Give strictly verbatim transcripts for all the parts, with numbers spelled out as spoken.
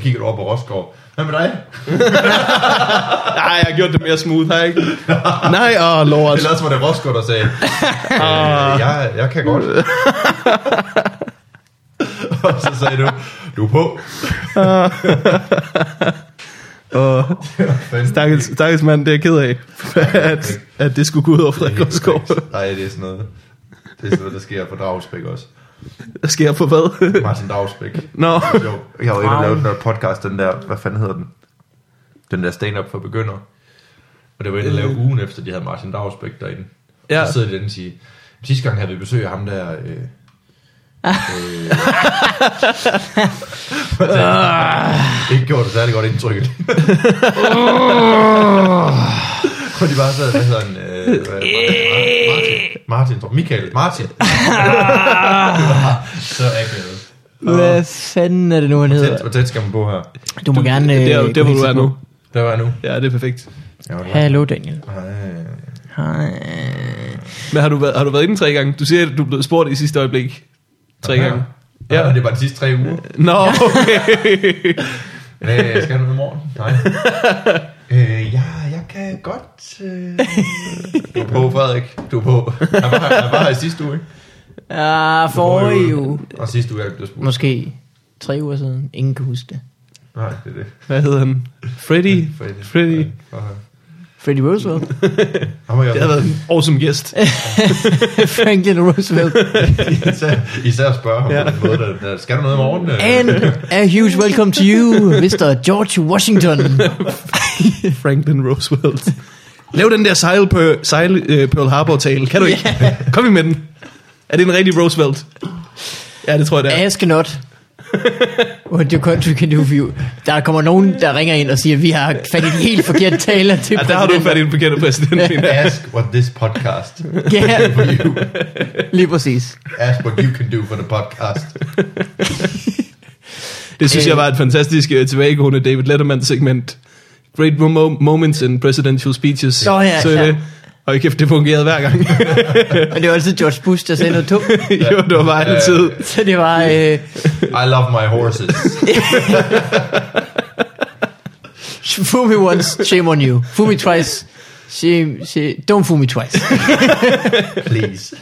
kigger du over på Rosgaard. Hvad med dig? Nej, jeg har gjort det mere smooth, har jeg ikke? Nej, åh, oh, lort. Ellers var det Rosgaard, der sagde, øh, jeg, jeg kan godt. Og så sagde du, du er på. Og stakkels, stakkels mand, det er jeg ked af, at, at det skulle gå ud over Frederik Rosgaard. Nej, det er sådan noget. Det er sådan noget, der sker på Dragsbæk også. Der sker på hvad? Martin Dragsbæk. Nå. No. Jeg har jo wow. lavet den der podcast, den der, hvad fanden hedder den? Den der stand-up for begyndere. Og det var inde at lave ugen efter, de havde Martin Dragsbæk derinde. Ja. Så sidder de den og siger, sidste gang havde vi besøg af ham der... Øh, øh, det ikke gjorde det særlig godt indtryk. Og de bare sad, hvad hedder han? Øh, Martin, Martin, Martin, Michael, Martin. Så akavet. Hvad fanden er det nu, han hedder? Hvor tæt skal man bo her? Du må du, gerne... Det er der, hvor du er nu. Der var jeg nu. Ja, det er perfekt. Hallo, Daniel. Hej. Hej. Men har du, været, har du været inde tre gange? Du siger, at du er blevet spurgt i sidste øjeblik. Tre gange. Ja, det var de sidste tre uger. Nå, okay. øh, skal du i morgen? Nej. øh, ja, jeg kan godt... Øh... Du er på, Frederik. Du er på. Jeg var her, jeg var her i sidste uge, ikke? Ja, forrige uge. Og sidste uge, jeg blev spurgt. Måske tre uger siden. Ingen kan huske det. Nej, det er det. Hvad hedder han? Freddy? Freddy. Freddy. Freddy Roosevelt. Det har været en awesome gæst. Franklin Roosevelt. især, især spørge ham ja. På den måde, der, der, skal du noget i morgen? And a huge welcome to you, mister George Washington. Franklin Roosevelt. Lav den der sejl på sejl, uh, Pearl Harbor tale. Kan du ikke? Yeah. Kom i med den. Er det en rigtig Roosevelt? Ja, det tror jeg det er. Ask not. What your country can do for you. Der kommer nogen, der ringer ind og siger, vi har fat i de helt forkerte taler til ja, der har du fat i den forkerte præsident. Ask what this podcast yeah. can do for you. Lige præcis. Ask what you can do for the podcast. Det synes jeg var et fantastisk uh, tilbagegående David Letterman-segment. Great mo- moments in presidential speeches. Oh, ja, så ja. det, og kæft, det fungerede hver gang. Men det var altid George Bush, der sagde noget tungt. Jo, det var bare altid. Så det var... Øh... I love my horses. Fool me once, shame on you. Fool me twice, shame, shame. Don't fool me twice. Please.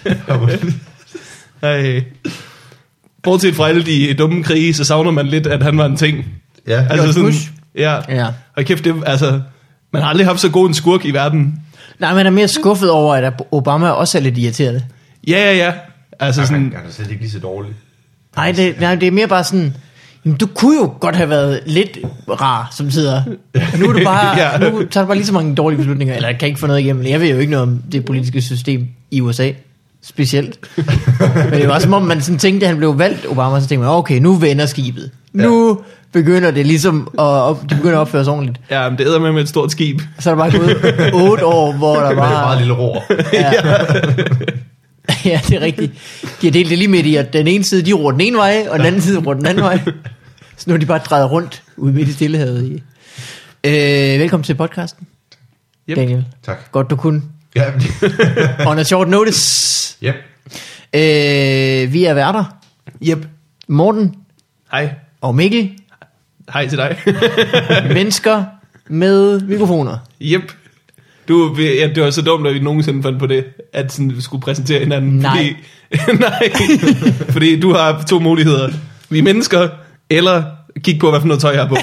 Hey. Bortset fra alle de dumme krige, så savner man lidt, at han var en ting. Ja. Altså sådan, Bush. ja. Ja. Og kæft, det, altså, man har aldrig haft så god en skurk i verden. Nej, man er mere skuffet over, at Obama også er lidt irriterende. Ja, ja, ja. Altså sådan... Han er slet ikke lige så dårlig. Nej, det, nej, det er mere bare sådan... Jamen, du kunne jo godt have været lidt rar, som sidder. Og nu er du bare... ja. Nu tager du bare lige så mange dårlige beslutninger. Eller kan ikke få noget igennem. Jeg ved jo ikke noget om det politiske system i U S A. Specielt. Men det var som om, man sådan tænkte, at han blev valgt, Obama. Så tænkte man, okay, nu vender skibet. Nu begynder det ligesom at, de begynder at opføre sig ordentligt. Ja, men det æder med med et stort skib. Så er der bare gået otte år, hvor der Med var... et meget lille ror. Ja. Ja, det er rigtigt. De har delt det lige midt i, at den ene side, de ror den ene vej, og den anden side ror den anden vej. Så nu er de bare drejet rundt ude midt i Stillehavet. Øh, velkommen til podcasten, Yep. Daniel. Tak. Godt du kunne. Ja. On a short notice. Yep. Øh, vi er værter. Yep. Morten Hej. og Mikkel. Hej til dig. Mennesker med mikrofoner. Yep. Du, ja, det var så dumt, at vi nogensinde fandt på det, at sådan, vi skulle præsentere hinanden. Nej. Fordi, nej. Fordi du har to muligheder. Vi er mennesker, eller kig på, hvad for noget tøj jeg har på.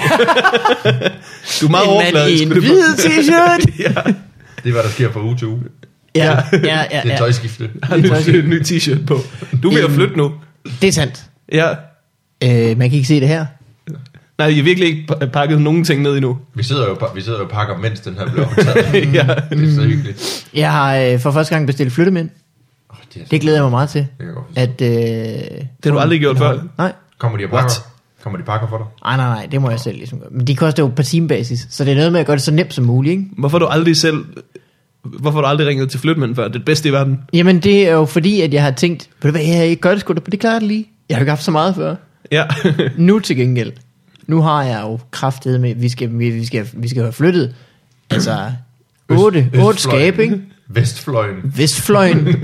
Du er meget overfladisk. En mand i en hvid t-shirt. Ja. Det er, hvad der sker fra uge til uge. Ja, ja, ja, ja. Det er tøjskifte. Jeg har en ny, ny t-shirt på. Du er ved at flytte nu. Det er sandt. Ja. Øh, man kan ikke se det her. Nej, jeg har virkelig ikke pakket nogen ting ned endnu. Vi sidder jo, vi sidder jo og pakker, mens den her bliver optaget. Ja. Det er så hyggeligt. Jeg har øh, for første gang bestilt flyttemænd. Oh, det, er Det glæder jeg mig meget til. Det kan jeg godt forstå. At, øh, Det har du aldrig gjort før. Nej. Kommer de og pakker? What? Kommer de pakker for dig? Nej, nej, nej, det må jeg selv ligesom gøre. Men de koster jo på timebasis, så det er noget med at gøre det så nemt som muligt, ikke? Hvorfor har du aldrig selv... Hvorfor har du aldrig ringet til flyttemænd før? Det er det bedste i verden. Jamen, det er jo fordi, at jeg har tænkt, ved du hvad, jeg gør det sgu da, det klarer det lige. Jeg har jo ikke haft så meget før. Ja. Nu til gengæld. Nu har jeg jo kraftet med, vi skal, vi, vi skal, vi skal have flyttet. Altså, otte, Øst, otte skab, ikke? Vestfløjen. Vestfløjen.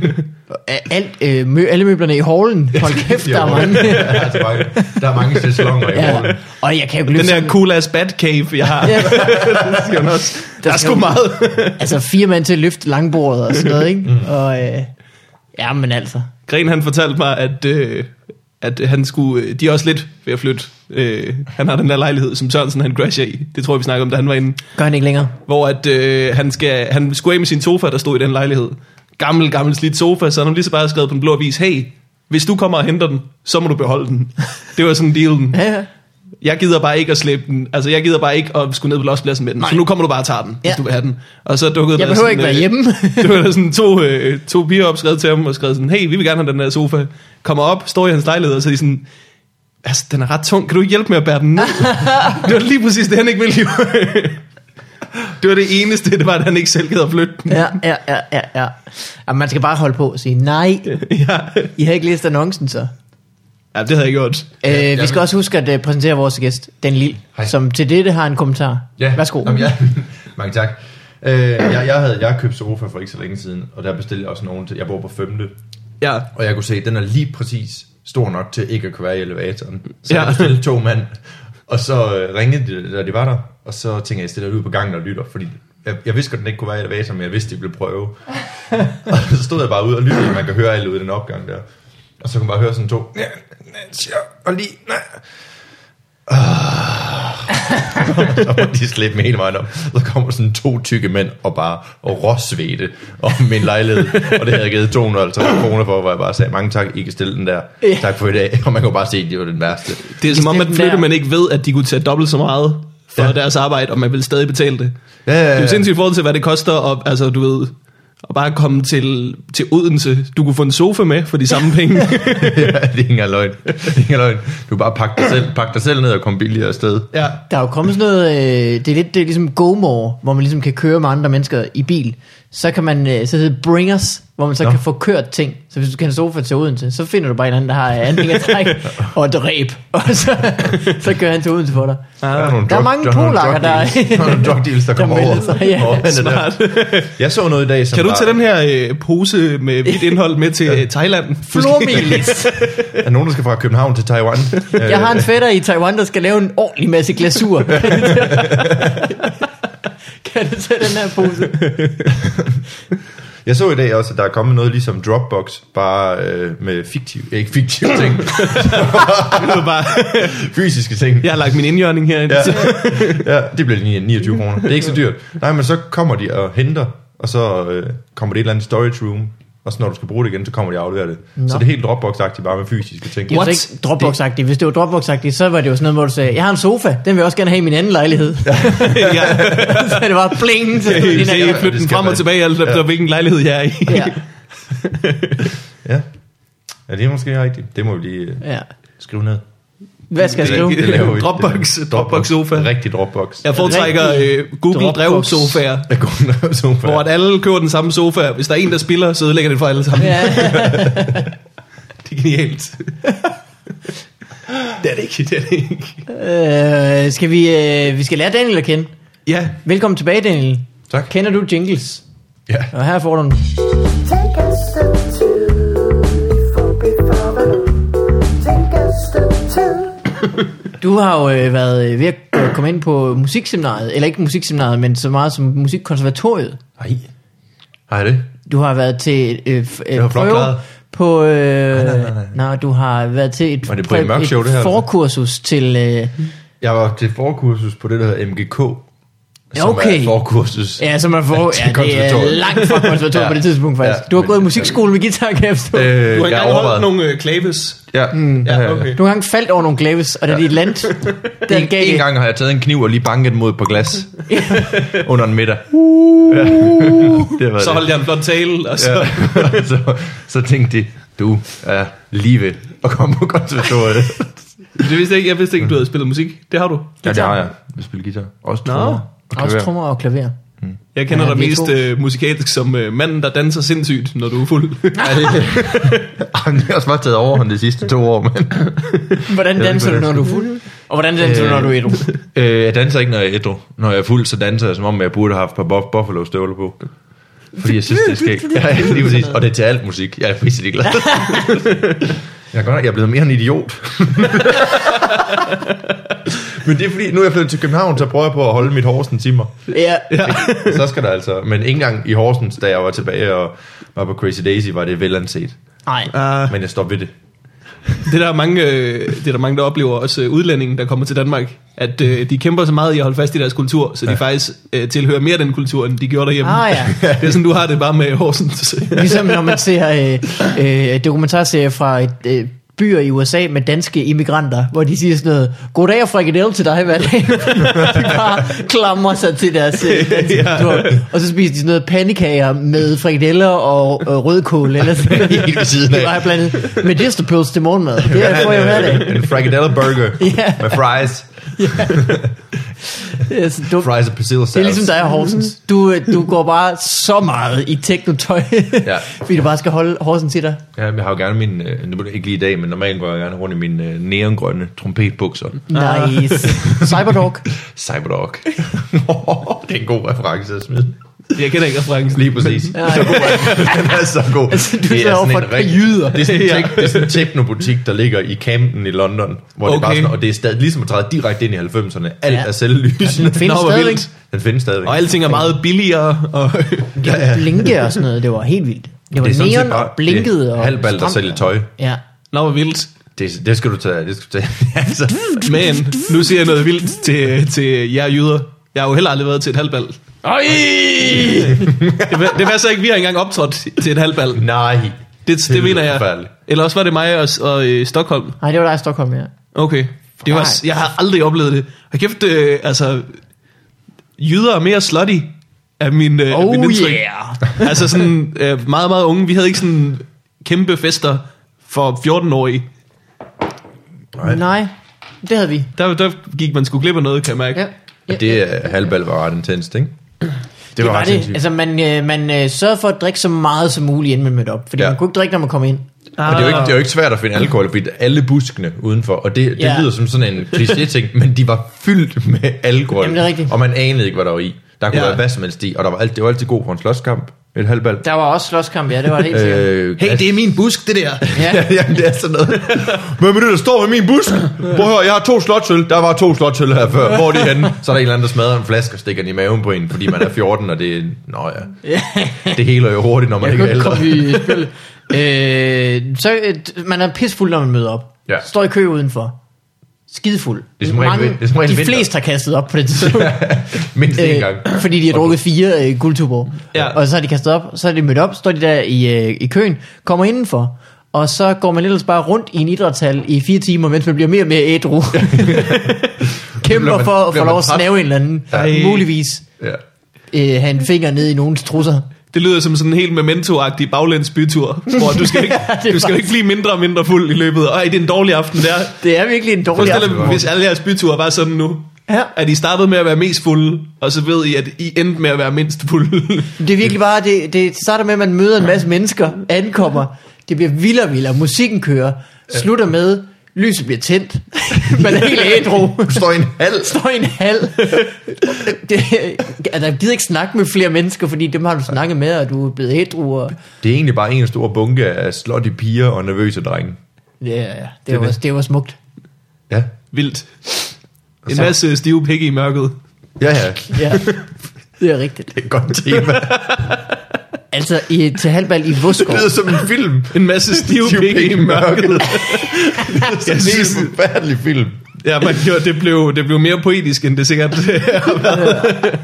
Alt, øh, mø, alle møblerne i hallen. Hold kæft, der er mange. Ja, altså mange. Der er mange sæsoner i Ja. hallen. Og jeg kan jo ikke Den løbe der cool ass bat cave, jeg har. Ja. Det siger hun også. Der er sgu meget. Altså fire mand til at løfte langbordet og sådan noget, ikke? Mm. Og øh, ja, men altså. Gren han fortalte mig, at, øh, at han skulle, de er også lidt ved at flytte. Øh, han har den der lejlighed, som Sørensen han crasher i. Det tror jeg, vi snakkede om, da han var inde. Gør han ikke længere? Hvor at, øh, han, skal, han skulle af med sin sofa, der stod i den lejlighed. Gammel, gammel slidt sofa, så han lige så bare skrevet på en blå avis, hey, hvis du kommer og henter den, så må du beholde den. Det var sådan dealen. Ja, ja. Jeg gider bare ikke at slæbe den. Altså, jeg gider bare ikke at skulle ned på lodspladsen med den. Nej. Så nu kommer du bare og tager den, hvis Ja. du vil have den. Og så dukkede Jeg der behøver sådan, ikke være øh, hjemme. det var der sådan to, øh, to piger op, skrevet til ham og skrevet sådan, hey, vi vil gerne have den der sofa. Kommer op, står i hans lejlighed, og så er de sådan, altså, den er ret tung. Kan du ikke hjælpe med at bære den ned? Det var lige præcis det, han ikke ville. Det var det eneste, det var, at han ikke selv gad at flytte den. Ja, ja, ja, ja, ja. Jamen, man skal bare holde på og sige, nej, Ja. I har ikke læst annoncen så. Ja, det havde jeg gjort. Øh, vi skal også huske at uh, præsentere vores gæst, Dan Lille, Hej. som til dette har en kommentar. Ja. Værsgo. Jamen, ja. Mange tak. Øh, jeg, jeg havde jeg købt sofa for ikke så længe siden, og der bestilte jeg også nogen til. Jeg bor på femte, Ja. og jeg kunne se, at den er lige præcis stor nok til ikke at kunne være i elevatoren. Så Ja. jeg bestilte to mand, og så øh, ringede de, da de var der, og så tænkte jeg, jeg stiller det ud på gangen og lytter, fordi jeg, jeg vidste godt, at den ikke kunne være i elevatoren, men jeg vidste, de ville prøve. Og så stod jeg bare ude og lyttede, man kan høre alle ude i den opgang der. Og så kunne man bare høre sådan to, ja, ja, og lige, nej. Så må de slæbe med hele vejen op. Så kommer sådan to tykke mænd og bare og råsvede om min lejlighed. Og det havde jeg givet to hundrede og halvtreds kroner for, hvor jeg bare sagde, mange tak, I kan stille den der. Tak for i dag. Og man kan bare se, at det var den værste. Det er som om, at Den flytte, der- man ikke ved, at de kunne tage dobbelt så meget for Ja. ja. deres arbejde, og man vil stadig betale det. Ja, ja, ja. Det er jo sindssygt i forhold til, hvad det koster, og, altså, du ved, at bare komme til, til Odense. Du kunne få en sofa med for de samme penge. Ja, det er ikke engang løgn. Det er ikke engang løgn. Du kan bare pakke dig selv, pakke dig selv ned og komme billigere afsted. Ja. Der er jo kommet sådan noget, øh, det er lidt det er ligesom GoMore, hvor man ligesom kan køre med andre mennesker i bil. Så kan man, øh, så hedder det Bringers, hvor man så Nå. kan få kørt ting. Så hvis du kan have sofa til Odense, så finder du bare en anden, der har anhængertræk og et ræb. Og så, så kører han til Odense for dig. Der er, nogle Der er mange polakker, der- Der er nogle drug deals, der der kommer melder over. sig, ja. over det der. Jeg så noget i dag, som Kan du var, tage den her øh, pose med hvidt indhold med til øh, Thailand? Flormelis. er nogen, der skal fra København til Taiwan. Jeg har en fætter i Taiwan, der skal lave en ordentlig masse glasur. Kan du tage, kan du tage den her pose? Jeg så i dag også, at der er kommet noget ligesom Dropbox, bare øh, med fiktiv, ikke fiktive ting, Det var bare, fysiske ting. jeg har lagt min indjørning herinde. Ja, ja, det bliver niogtyve kroner. Det er ikke så dyrt. Nej, men så kommer de og henter, og så øh, kommer det et eller andet storage room, og så når du skal bruge det igen, så kommer de og afleverer det. Nå. Så det er helt Dropbox-agtigt, bare med fysiske ting. Det er jo så ikke Dropbox-agtigt. Hvis det var Dropbox-agtigt, så var det jo sådan noget, hvor du sagde, jeg har en sofa, den vil jeg også gerne have i min anden lejlighed. Ja. Ja. Så er det bare bling. Så Så din jeg flytter den frem og tilbage, alt efter hvilken lejlighed jeg er i. ja. Ja. Ja, det er måske rigtigt. Det må vi lige øh, ja. skrive ned. Hvad skal jeg skrive? Det laver vi. Dropbox, Dropbox sofa. Rigtig Dropbox. Jeg foretrækker øh, Google Dropbox. Drev sofaer, Jeg går sofa. hvor at alle køber den samme sofa. Hvis der er en, der spiller, så ødelægger det for alle sammen. Ja. Det er genialt. Det er det ikke, det er det ikke. Øh, skal vi, øh, vi skal lære Daniel at kende. Ja, Velkommen tilbage, Daniel. Tak. Kender du jingles? Ja. Og her får du den. Take a step two before before Take a step two. Du har jo øh, været øh, ved at øh, komme ind på musikseminariet, eller ikke musikseminariet, men så meget som musikkonservatoriet. Nej. Har jeg det? Du har været til øh, f- øh, Det var flot prøve klaret. på... Øh, nej, nej, nej. nej, du har været til et, Var det Brian Mørk Show, det her, et forkursus til... Øh, Jeg var til forkursus på det, der hedder M G K. Som Okay. er forkursus. ja, som man får... Til Ja, det er konservatoriet. langt fra konservatoriet Ja. ja. på det tidspunkt, faktisk. Ja, Du har men- gået i musikskole med guitar, kan jeg forstå. Øh, du har jeg engang holdt overvejede. nogle øh, klaves. Ja, mm, Ja, okay. Du har engang faldt over nogle glaves, og da dit land... Der En, gav en gang har jeg taget en kniv og lige banket mod på glas under en middag. Ja. Det var Så det. holdt jeg en flot tale, og så... Ja. så, så tænkte de, du er lige ved at komme på konservatoriet. Det vidste jeg ikke. Jeg vidste ikke, du havde spillet musik. Det har du. Ja, det har jeg. Jeg spiller guitar. Også Nå. trommer. og Også klaver. trommer og klaver. Jeg kender Ja, dig vi er mest to. øh, musikalsk som øh, manden, der danser sindssygt, når du er fuld. Ej, det har også bare taget overhånd de sidste to år, men Hvordan danser du, når du er fuld? Og hvordan danser du, når du er ædru? øh, jeg danser ikke, når jeg er ædru. Når jeg er fuld, så danser jeg, som om jeg burde have haft et par buff- Buffalo-støvler på. Fordi jeg synes, det er skægt. Ja, lige præcis. Og det er til alt musik. Jeg er pisselig glad. Jeg er godt nok, jeg er blevet mere en idiot. Men det er fordi, nu er jeg flyttet til København, så prøver jeg på at holde mit Horsens i mig. Ja. Ja. Så skal der altså... Men ikke engang i Horsens, da jeg var tilbage og var på Crazy Daisy, var det velanset. Nej. Uh, Men jeg står ved det. det, er der mange, øh, det er der mange, der oplever, også øh, udlændinge, der kommer til Danmark, at øh, de kæmper så meget i at holde fast i deres kultur, så de ja. faktisk øh, tilhører mere den kultur, end de gjorde derhjemme. Ah, ja. Det er sådan, du har det bare med Horsens. Ligesom når man ser øh, øh, dokumentarserier fra et, øh, byer i U S A med danske immigranter, hvor de siger sådan noget, goddag og frikadelle til dig hver dag. De bare klamrer sig til deres øh, danske Ja. kultur. Og så spiser de sådan noget pandekager med frikadeller og øh, rødkål. Eller sådan noget. Helt ved siden af. Det var jeg blandet med distorpils til morgenmad. Det er får jeg hver dag. En frikadelle burger Ja. med fries. Det er så dumt. Fries og persille sauce. Det er ligesom dig og Horsens. Du, øh, du går bare så meget i teknotøj, Ja. fordi du bare skal holde Horsens til dig. Ja, jeg har jo gerne min, øh, nu er det ikke lige i dag, men normalt går jeg gerne rundt i mine øh, neongrønne trompetbukser. Nice. Cyberdog. Cyberdog. Det er en god reference at smide. Jeg kender ikke referencen. Lige præcis. Ja, Den er så god. Altså, du Det er sidder over sådan for en et par rigtig- jyder. Det er sådan en, Ja. tek, det er sådan en teknobutik, der ligger i Camden i London, hvor okay. det er bare Okay. sådan, og det er stadig ligesom at træde direkte ind i halvfemserne. Alt Ja. er selvlysende. Den findes Nå, hvor stadigvæk. vildt. Den findes stadigvæk. Og alting er meget billigere. Og Ja, ja. Blinke og sådan noget, det var helt vildt. Det var Det er sådan set neon bare- og blinkede. det er og halvbal, der stramt. sælger tøj. Ja. Nå, hvor vildt. Det, det skal du tage. Det skal du tage. altså. Men nu siger jeg noget vildt til, til jer jyder. Jeg har jo heller aldrig været til et halvbal. Øj! Det, det var så ikke, vi har engang optrådt til et halvbal. Nej. Det, det mener jeg. forfærdeligt. Eller også var det mig og, og øh, Stockholm. Nej, det var dig i Stockholm, ja. Okay. Det var, jeg har aldrig oplevet det. Og kæft, øh, altså... Jyder er mere slutty af min, øh, Oh min indtryk. yeah. Altså sådan øh, meget, meget unge. Vi havde ikke sådan kæmpe fester for fjorten-årige. Nej. Nej, det havde vi. Der, der gik man sgu glip af noget, kan jeg mærke. Ja. Ja. Det er halvbal var ret intenst, ikke? Det Det var, ret det. sindssygt. Altså, man, øh, man øh, sørgede for at drikke så meget som muligt, inden man mødte op. Fordi Ja. ja. man kunne ikke drikke, når man kom ind. Og det er, jo ikke, det er jo ikke svært at finde alkohol, fordi alle buskene udenfor, og det, det Ja. lyder som sådan en kliché-ting, men de var fyldt med alkohol. Jamen, det er rigtigt. Og man anede ikke, hvad der var i. Der kunne Ja. ja. være hvad som helst i, og der var alt, det var altid god for en slåskamp. Et halvbal. Der var også slåskamp, ja, det var det helt sikkert. Øh, Hey, det er min busk, det der. Ja. Jamen, det er sådan noget. Hvad med det, der står ved min busk? Prøv at høre, jeg har to slotsøl. Der var to slotsøl her før. Hvor er de henne? Så er der en eller anden, der smadrer en flaske og stikker den i maven på en, fordi man er fjorten, og det er... Nå ja. Det heler jo hurtigt, når man Jeg ikke er kunne ældre. komme i spil. Øh, så øh, man er pissfuld, når man møder op. Ja. Står i kø udenfor. Skidefuld. Det er som regel vin- det er som regel de vinter. fleste har kastet op på det tidspunkt. Mindst en gang. Øh, fordi de har drukket fire øh, guldtuborg. Ja. Og så har de kastet op, så er de mødt op, står de der i, øh, i køen, kommer indenfor, og så går man ellers bare rundt i en idrætshal i fire timer, mens man bliver mere og mere ædru. Kæmper man- for at få bliver lov man at træt? snæve en eller anden, Ej. muligvis Ja. øh, have en finger ned i nogens trusser. Det lyder som sådan en helt memento-agtig baglæns bytur, hvor du skal, ikke, det er du skal jo ikke blive mindre og mindre fuld i løbet. Ej, det er en dårlig aften der. Det er virkelig en dårlig Forestil aften. dig, hvis alle jeres byture var sådan nu. Ja. At I startede med at være mest fulde, og så ved I, at I endte med at være mindst fulde. Det er virkelig bare, det, det starter med, at man møder en masse mennesker, ankommer, det bliver vildere og vildere, musikken kører, slutter med, lyset bliver tændt, man er helt ædru, Du står i en halv. står i en hal. Det, altså, jeg gider ikke snakke med flere mennesker, fordi dem har du snakket med, og du er blevet ædru. Og, Det er egentlig bare en stor bunke af slutty piger og nervøse drenge. ja, ja, Det det, er var, det. det var smukt. Ja. Vildt. En Så- masse stive pikke i mørket. Ja, ja. Ja, det er rigtigt. Det er et godt tema. Altså, i, til halvbal i Det Voskov. lyder som en film. En masse stive Stiv pikke i mørket. Det Jeg er synes- en forfærdelig film. Ja, man gjorde, det, blev, det blev mere poetisk, end det sikkert har været.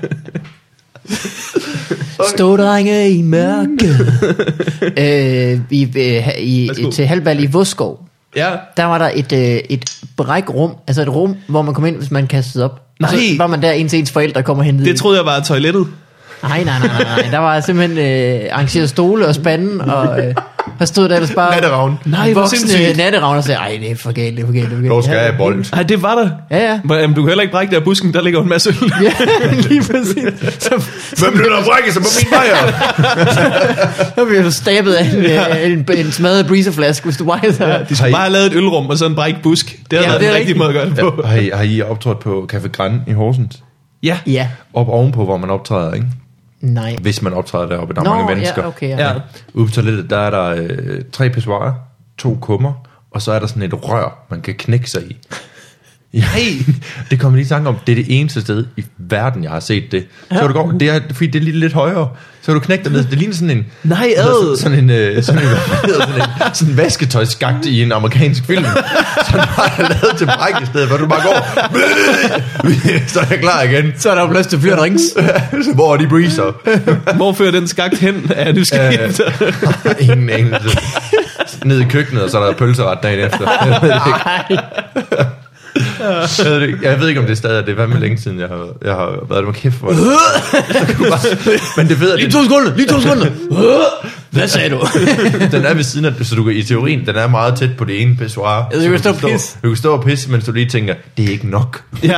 Stå drenge i mørket. øh, i, øh, i, Værsgo. til halvbal i Voskov. Ja, Der var der et, øh, et brækrum, altså et rum, hvor man kom ind, hvis man kastede op. Og så Nej. var man der, indtil ens forældre kom og hentede. det troede jeg var toilettet. Nej, nej, nej, nej, nej. Der var simpelthen øh, arrangeret stole og spanden, og øh, der stod der ellers bare Natteravn. Nej, hvor voksne sindssygt. natteravn og sagde, ej, det er for galt, det er for galt, det er for galt. Dog skal jeg have bold. Nej, det var der. Ja, ja. Men du kan heller ikke brække der busken, der ligger jo en masse øl. Ja, lige præcis. Så, Hvem blev der brækket sig på min vejr? så bliver du stabet af en, en, en smadret breezerflaske, hvis du vejer sig. De skulle Har I- bare have lavet et ølrum og så en bræk busk. Det havde Ja, været det den er rigtige måde at gøre det på. Har I, har I optrådt på Café Gran i Horsens? Ja. Ja, Op ovenpå, hvor man optræder, ikke? Nej. Hvis man optræder deroppe, der er Nå, mange mennesker. ja, okay, ja. Ja. Ude på toilettet, der er der øh, tre pissoirer, to kummer, og så er der sådan et rør, man kan knække sig i. Ja, det kommer lige i tanke om, det er det eneste sted i verden, jeg har set det. Så ja. Du går, det er, fordi det er lidt, lidt højere, så kan du knække dig ned. Det ligner sådan en... Nej, ad. Sådan en, øh, sådan en, sådan en, sådan en vasketøjsskagt i en amerikansk film. Så du bare har lavet til bræk i stedet, hvor du bare går... Så er jeg klar igen. Så er der jo plads til flere drinks. Så hvor er de breezer? Hvor fører den skagt hen? Er du skal uh, ingen anelse. Ned i køkkenet, og så er der pølseret dagen efter. Jeg ved det ikke. Jeg ved, ikke, jeg ved ikke om det stadig er det. Hvad med længe siden jeg har, jeg har været med kæft for det. Bare, men det ved lige to sekunder, lige to sekunder. Hvad sagde du? Den er ved siden af, så du kan i teorien, den er meget tæt på det ene pissoir. Ja, du kan stå og pisse. Du kan stå og pisse, mens du lige tænker, det er ikke nok. Ja.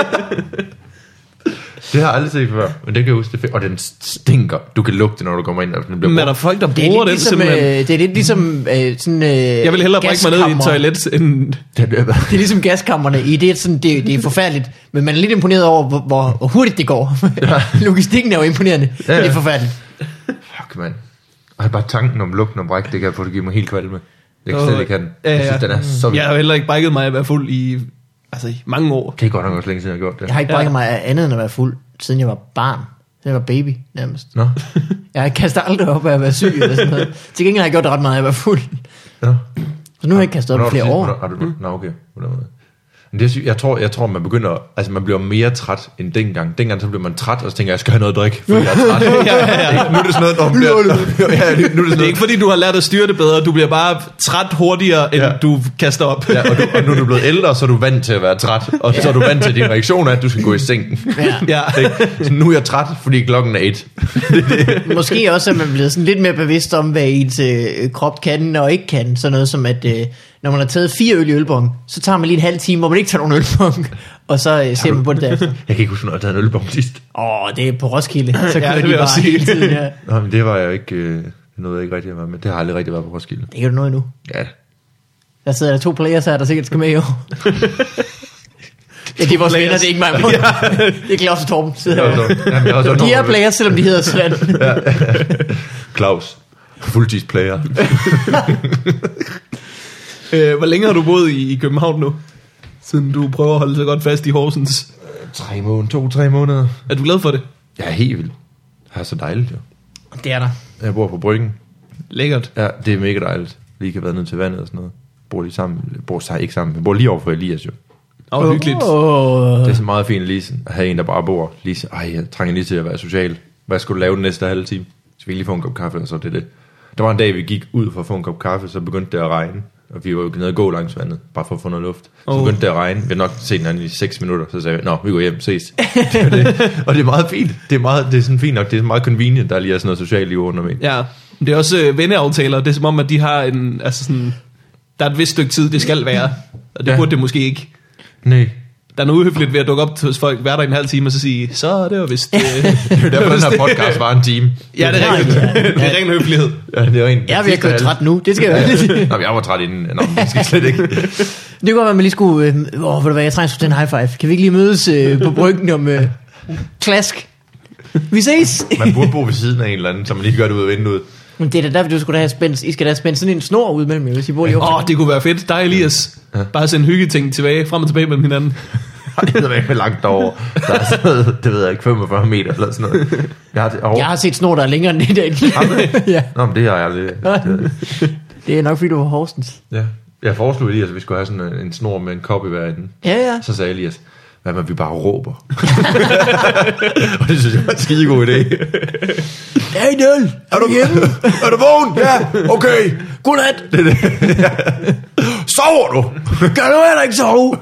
Det har jeg aldrig set før, men det kan jeg huske, det og den stinker. Du kan lugte, når du kommer ind, og den bliver Men er der folk, der det bruger den ligesom, simpelthen? øh, det er lidt ligesom øh, sådan øh, Jeg vil hellere brække mig ned i et toilet end... Det er, det er ligesom gaskammerne i det, er sådan, det, det er forfærdeligt, men man er lidt imponeret over, hvor, hvor, hvor hurtigt det går. Logistikken er jo imponerende, ja, ja. Men det er forfærdeligt. Fuck, mand. Og bare tanken om lugten om bræk, det kan få det give mig helt kvalme. Jeg kan oh, slet ikke have den. Ja, ja. Jeg synes, den er så vild. Jeg har jo heller ikke brækket mig at være fuld i, altså, i mange år. Det er godt nok også længe siden, jeg har gjort det. Jeg har ikke brækket mig af andet end at være fuld, siden jeg var barn. Siden jeg var baby, nærmest. Nå. Jeg kaster aldrig op af at være syg eller sådan noget. Til gengæld har jeg gjort det ret meget af at være fuld. Nå. Så nu har jeg ikke kastet op i flere år. Har du, nå, okay. Men det, jeg, tror, jeg tror, man begynder... Altså, man bliver mere træt end dengang. Dengang så bliver man træt, og så tænker jeg, jeg skal have noget at drikke, fordi jeg er træt. ja, ja, ja. Nu er det sådan noget, når man bliver... ja, nu er det, sådan det er ikke fordi, du har lært at styre det bedre. Du bliver bare træt hurtigere, end ja. du kaster op. ja, og, du, og nu er du blevet ældre, så er du vant til at være træt. Og så er du vant til din reaktion, at du skal gå i sengen. Ja. ja. Så nu er jeg træt, fordi klokken er et. Måske også, at man bliver sådan lidt mere bevidst om, hvad ens øh, krop kan og ikke kan. Sådan noget som, at... Øh, når man har taget fire øl i ølbong, så tager man lige en halv time, hvor man ikke tager nogen ølbong, og så øh, ser man på det derefter. Jeg kan ikke huske, når jeg har taget en ølbong sidst. Åh, oh, det er på Roskilde. Så kører ja, de bare hele tiden, ja. Nå, men det var jeg ikke... Øh, noget jeg ikke rigtig har været med. Det har aldrig rigtig været på Roskilde. Det kan du nå endnu. Ja. Der sidder der to players her, der sikkert skal med i år. Ja, det er vores venner, det er ikke mig. Ja. Det er Claus og Torben. Jamen, de er players, selvom de hedder sådan. Ja. Claus. Fuldtidsplayer. øh, hvor længe har du boet i, i København nu? Siden du prøver at holde så godt fast i Horsens. Tre måneder, to-tre måneder. Er du glad for det? Jeg er helt vildt. Det er så dejligt, jo. Det er der. Jeg bor på Bryggen. Lækkert. Ja, det er mega dejligt. Vi kan være ned til vandet og sådan noget. Bor lige sammen. Bor sig ikke sammen. Vi bor lige over for Elias, jo. Åh, oh, hyggeligt. Oh. Det er så meget fint lige at have en, der bare bor. Lige, ej, jeg trænger lige til at være social. Hvad skulle du lave den næste halve time? Så vi lige få en kop kaffe, og så det er det. Der var en dag, vi gik ud for at få en kop kaffe, så begyndte det at regne. Og vi var jo nede og gå langs vandet, bare for at få noget luft. Så oh. begyndte det at regne. Vi har nok set den anden i seks minutter, så sagde vi, nå, vi går hjem, ses. det det. Og det er meget fint. Det er, meget, det er sådan fint nok. Det er meget convenient, der lige er sådan noget socialt liv under mig. Ja, det er også øh, venneaftaler. Det er som om, at de har en, altså sådan, der er et vist stykke tid, det skal være. Og det ja. burde det måske ikke. Nej. Der er noget uhøfligt ved at dukke op hos folk, være der en halv time, og så sige, så det var vist... Øh, det er derfor, den her podcast var en time. Ja, det er rigtigt. Det er ren høflighed. Ja, det er rent. Jeg er ved at køre træt nu, det skal jeg være. Nå, jeg var træt inden. Nå, det skal slet ikke. Det kunne godt være, at man lige skulle... Øh, åh, ved du hvad, jeg trænger til en high five. Kan vi ikke lige mødes øh, på Bryggen om øh, klask? Vi ses! Man burde bo ved siden af en eller anden, så man lige gør det ud af vinduet. Men det er da derfor, du skulle da have spændt... I skal da have spændt sådan en snor ud mellem jer, hvis I bor lige over. Åh, oh, det kunne være fedt. Dig, Elias. Ja. Bare sende hyggeting tilbage, frem og tilbage mellem hinanden. Det ved jeg ikke, hvor langt derovre. Der er sådan noget, det ved jeg ikke, femogfyrre meter eller sådan noget. Jeg har, oh. jeg har set snor, der er længere end det der. Ja. Nå, men det har jeg aldrig. Det, det er nok, fordi du var Horsens. Ja. Jeg foreslog Elias, at vi skulle have sådan en, en snor med en kop i hver ende. Ja, ja. Så sagde Elias, hvad med, vi bare råber? Og det synes jeg var en skidegod idé. Daniel, er du hjemme? Er du vågen? Ja, okay. Godnat. Det, det. Ja. Sover du? Kan du heller ikke sove?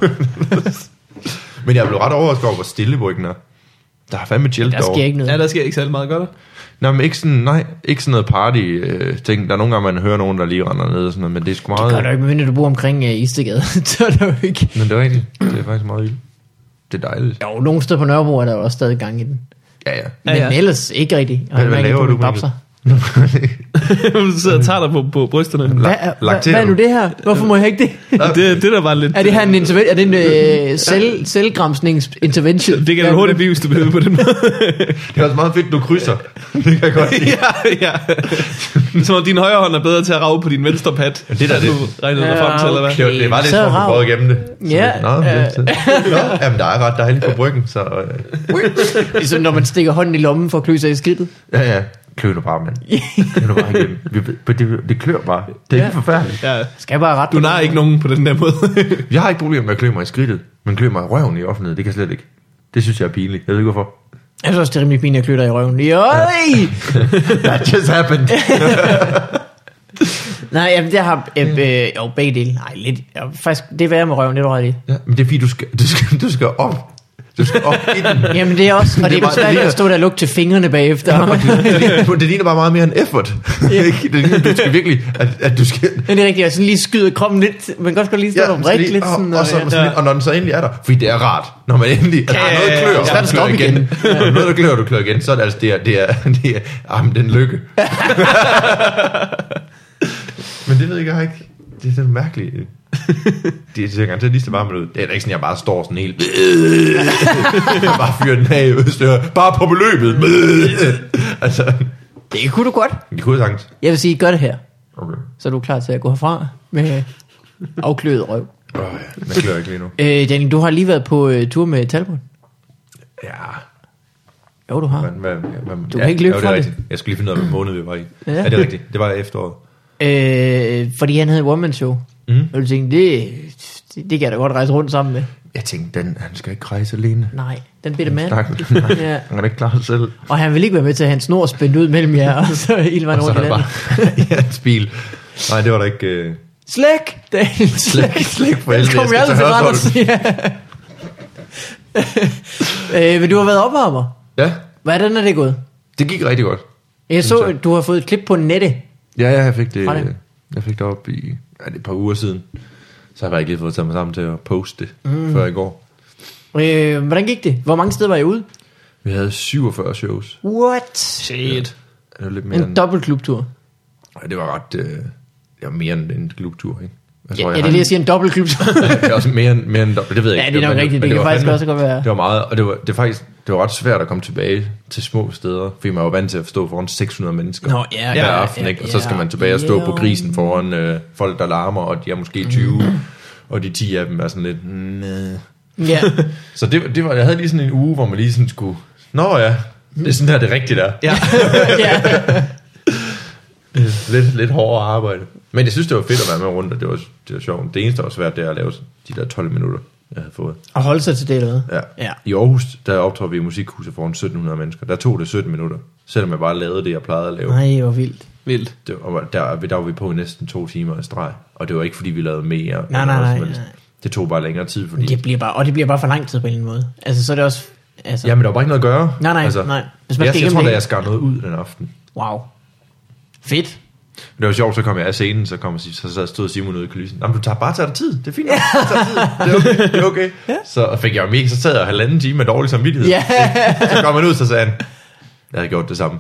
Men jeg blev ret overrasket over, hvor stille Bryggen er. Der er fandme chill derovre. Der sker ikke noget. Ja, der sker ikke særlig meget godt. Nej, men ikke sådan, nej, ikke sådan noget party-ting. Der er nogle gange, man hører nogen, der lige render ned og sådan noget, men det er sgu meget... Det gør du ikke, medmindre du bor omkring uh, Istegade. Så er det jo ikke... Men det er rigtigt. Det er faktisk meget vildt. Det er dejligt. Jo, nogle steder på Nørrebro er der jo også stadig gang i den. Ja, ja. Men ja, ja. ellers ikke rigtigt. Hvad, hvad laver du, babser. Du sidder og tager dig på, på brysterne. Hvad, er, hvad, hvad er nu det her? Hvorfor må jeg ikke det? det, det der var lidt... Er det her en, interven- er det en øh, selv, selvgramsningsintervention? Det kan du hurtigt blive, hvis du bliver på den måde. Det er også meget fedt, du krydser. Det kan jeg godt lide. ja, ja. Som om din højre hånd er bedre til at rave på din venstre pat. Det der, det. Du regnede dig frem til, eller hvad? Det var, det var lidt Så for at rav. få igennem det. Så Ja, lidt, Nå, det, så, Nå, jamen, der er ret dejligt på bryggen, så... Øh, Ligesom når man stikker hånden i lommen for at klø sig i skridtet. ja, ja. Klø nu bare, mand. Klø nu bare igennem. Det, det, det klør bare. Det er Ja. ikke forfærdeligt. Ja. Skal jeg bare ret? Du nar ikke nogen på den der måde. Jeg har ikke problemer med at klø mig i skridtet, men klø mig i røven i offentlighed, det kan jeg slet ikke. Det synes jeg er pinligt. Jeg ved ikke hvorfor. Jeg synes også, det er rimelig pinligt at klø dig i røven. Jøj! That just happened. Nej, jamen, det har øh, øh, jo begge dele. Nej, lidt. Jeg, faktisk, det er værre med røven, det er du ret i. Ja, men det er fordi, du skal, du skal, du skal op. Du skal op i den. Jamen det er også, og det, Det er er besværligt bare- at stå der og lugte til fingrene bagefter. Ja, det, ligner, det ligner bare meget mere en effort. Ikke? Det ligner, du skal virkelig, at, at du skal... Men det er rigtigt, at sådan lige skyde kroppen lidt. Man kan godt lige stå ja, og vrikke lidt. og, Sådan, og, så, ja. og, sådan, og når den så endelig er der, fordi det er rart, når man endelig... Altså, Ja, noget ja, klør, ja, og ja, du ja. klør igen. igen. Når noget, der klør, du klør igen, så er det altså, det er, det er, det er, jamen, den lykke. Men det ved jeg ikke. Det er sådan mærkeligt. Det er sikkert til at lige så varmt ud. Det er da ikke sådan, jeg bare står sådan helt... Jeg bare fyrer den af. Bare på beløbet. Altså, Det kunne du godt. det kunne jeg sagtens. Jeg vil sige, gør det her. Okay. Så er du klar til at gå herfra med afkløet røv. Åh, oh, ja. Den klør ikke lige nu. Øh, Danny, du har lige været på øh, tur med Talbot. Ja. Jo, du har. Hvad, hvad, hvad, Du kan ikke løbe jo, det fra er det. rigtigt. Jeg skulle lige finde ud af, hvilken måned vi var i. Ja. Ja, ja det er rigtigt. Det var i efteråret. Øh, fordi han havde et one-man-show. Mm. Og du tænkte, det, det, det kan jeg da godt rejse rundt sammen med. Jeg tænkte, den, han skal ikke rejse alene. Nej, den bitte mand. Snak. Ja. Han kan ikke klare sig selv. Og han vil ikke være med til at have en snor spændt ud mellem jer, og så hele vejen Og så rundt er i der landet. bare ja, et spil. Nej, det var da ikke... Uh... Slæk! Daniel, slæk! Slæk, slæk for Den helvede. kommer Jeg jeg skal aldrig til til Randers. Ja. øh, men du har været opvarmer. Ja, Hvordan er det gået? det gik rigtig godt. Jeg så, jeg. du har fået et klip på nettet. Ja, ja jeg fik det, Fra det? jeg fik det op i ja, det er et par uger siden. Så har jeg ikke lige fået taget mig sammen til at poste det, mm. før i går. Øh, hvordan gik det? Hvor mange steder var I ude? Vi havde syvogfyrre shows. What? Shit. Det var lidt mere En end, dobbelt klubtur. ja, det var ret... Øh, det var mere end en klubtur, ikke? Jeg Ja, tror, ja, jeg det er har- lige at sige en dobbelt klubtur. det er også mere end, mere end dobbelt, det ved jeg Ja, ikke. det er nok men rigtigt. men Det kan var faktisk fandme- også godt være. Det var meget, og det var, det var faktisk det var ret svært at komme tilbage til små steder, fordi man var vant til at stå foran seks hundrede mennesker Nå, ja, hver ja, aften, ja, ikke? Og så skal ja, man tilbage og stå ja. på grisen foran øh, folk, der larmer, og de er måske tyve, og de ti af dem er sådan lidt... Næh. Ja. Så det, det var, jeg havde lige sådan en uge, hvor man lige sådan skulle... Nå ja, det er sådan her, det rigtigt er. Ja. ja. lidt, lidt hårdere arbejde. Men jeg synes, det var fedt at være med rundt, og det var, det var sjovt. Det eneste, der var svært, det er at lave de der tolv minutter, jeg havde fået. Og holde sig til det, eller hvad? Ja. Ja. I Aarhus, der optrådte vi i musikhuset foran sytten hundrede mennesker. Der tog det sytten minutter, selvom jeg bare lavede det, jeg plejede at lave. Nej, hvor vildt. Vildt. Det var, der, der var vi på i næsten to timer i streg, og det var ikke, fordi vi lavede mere. Nej, eller nej, noget nej, som helst. nej. Det tog bare længere tid, fordi... Men det bliver bare, og det bliver bare for lang tid på en eller anden måde. Altså, så er det også... Altså, Jamen, der var bare ikke noget at gøre. Nej, nej, altså, nej. Hvis man jeg, skal jeg igennem tror det da, hele. jeg skar noget ud den aften. Wow. Fedt. Det var sjovt, så kom jeg af scenen, så, kom, så, så stod Simon ude i kulissen. Jamen, du tager bare tager dig tid. Det er fint. nok. Du tager tid. Det er okay. Det er okay. Ja. Så fik jeg jo mega, så sad jeg halvanden time med dårlig samvittighed. Ja. Så kom han ud, så sagde han, jeg havde gjort det samme.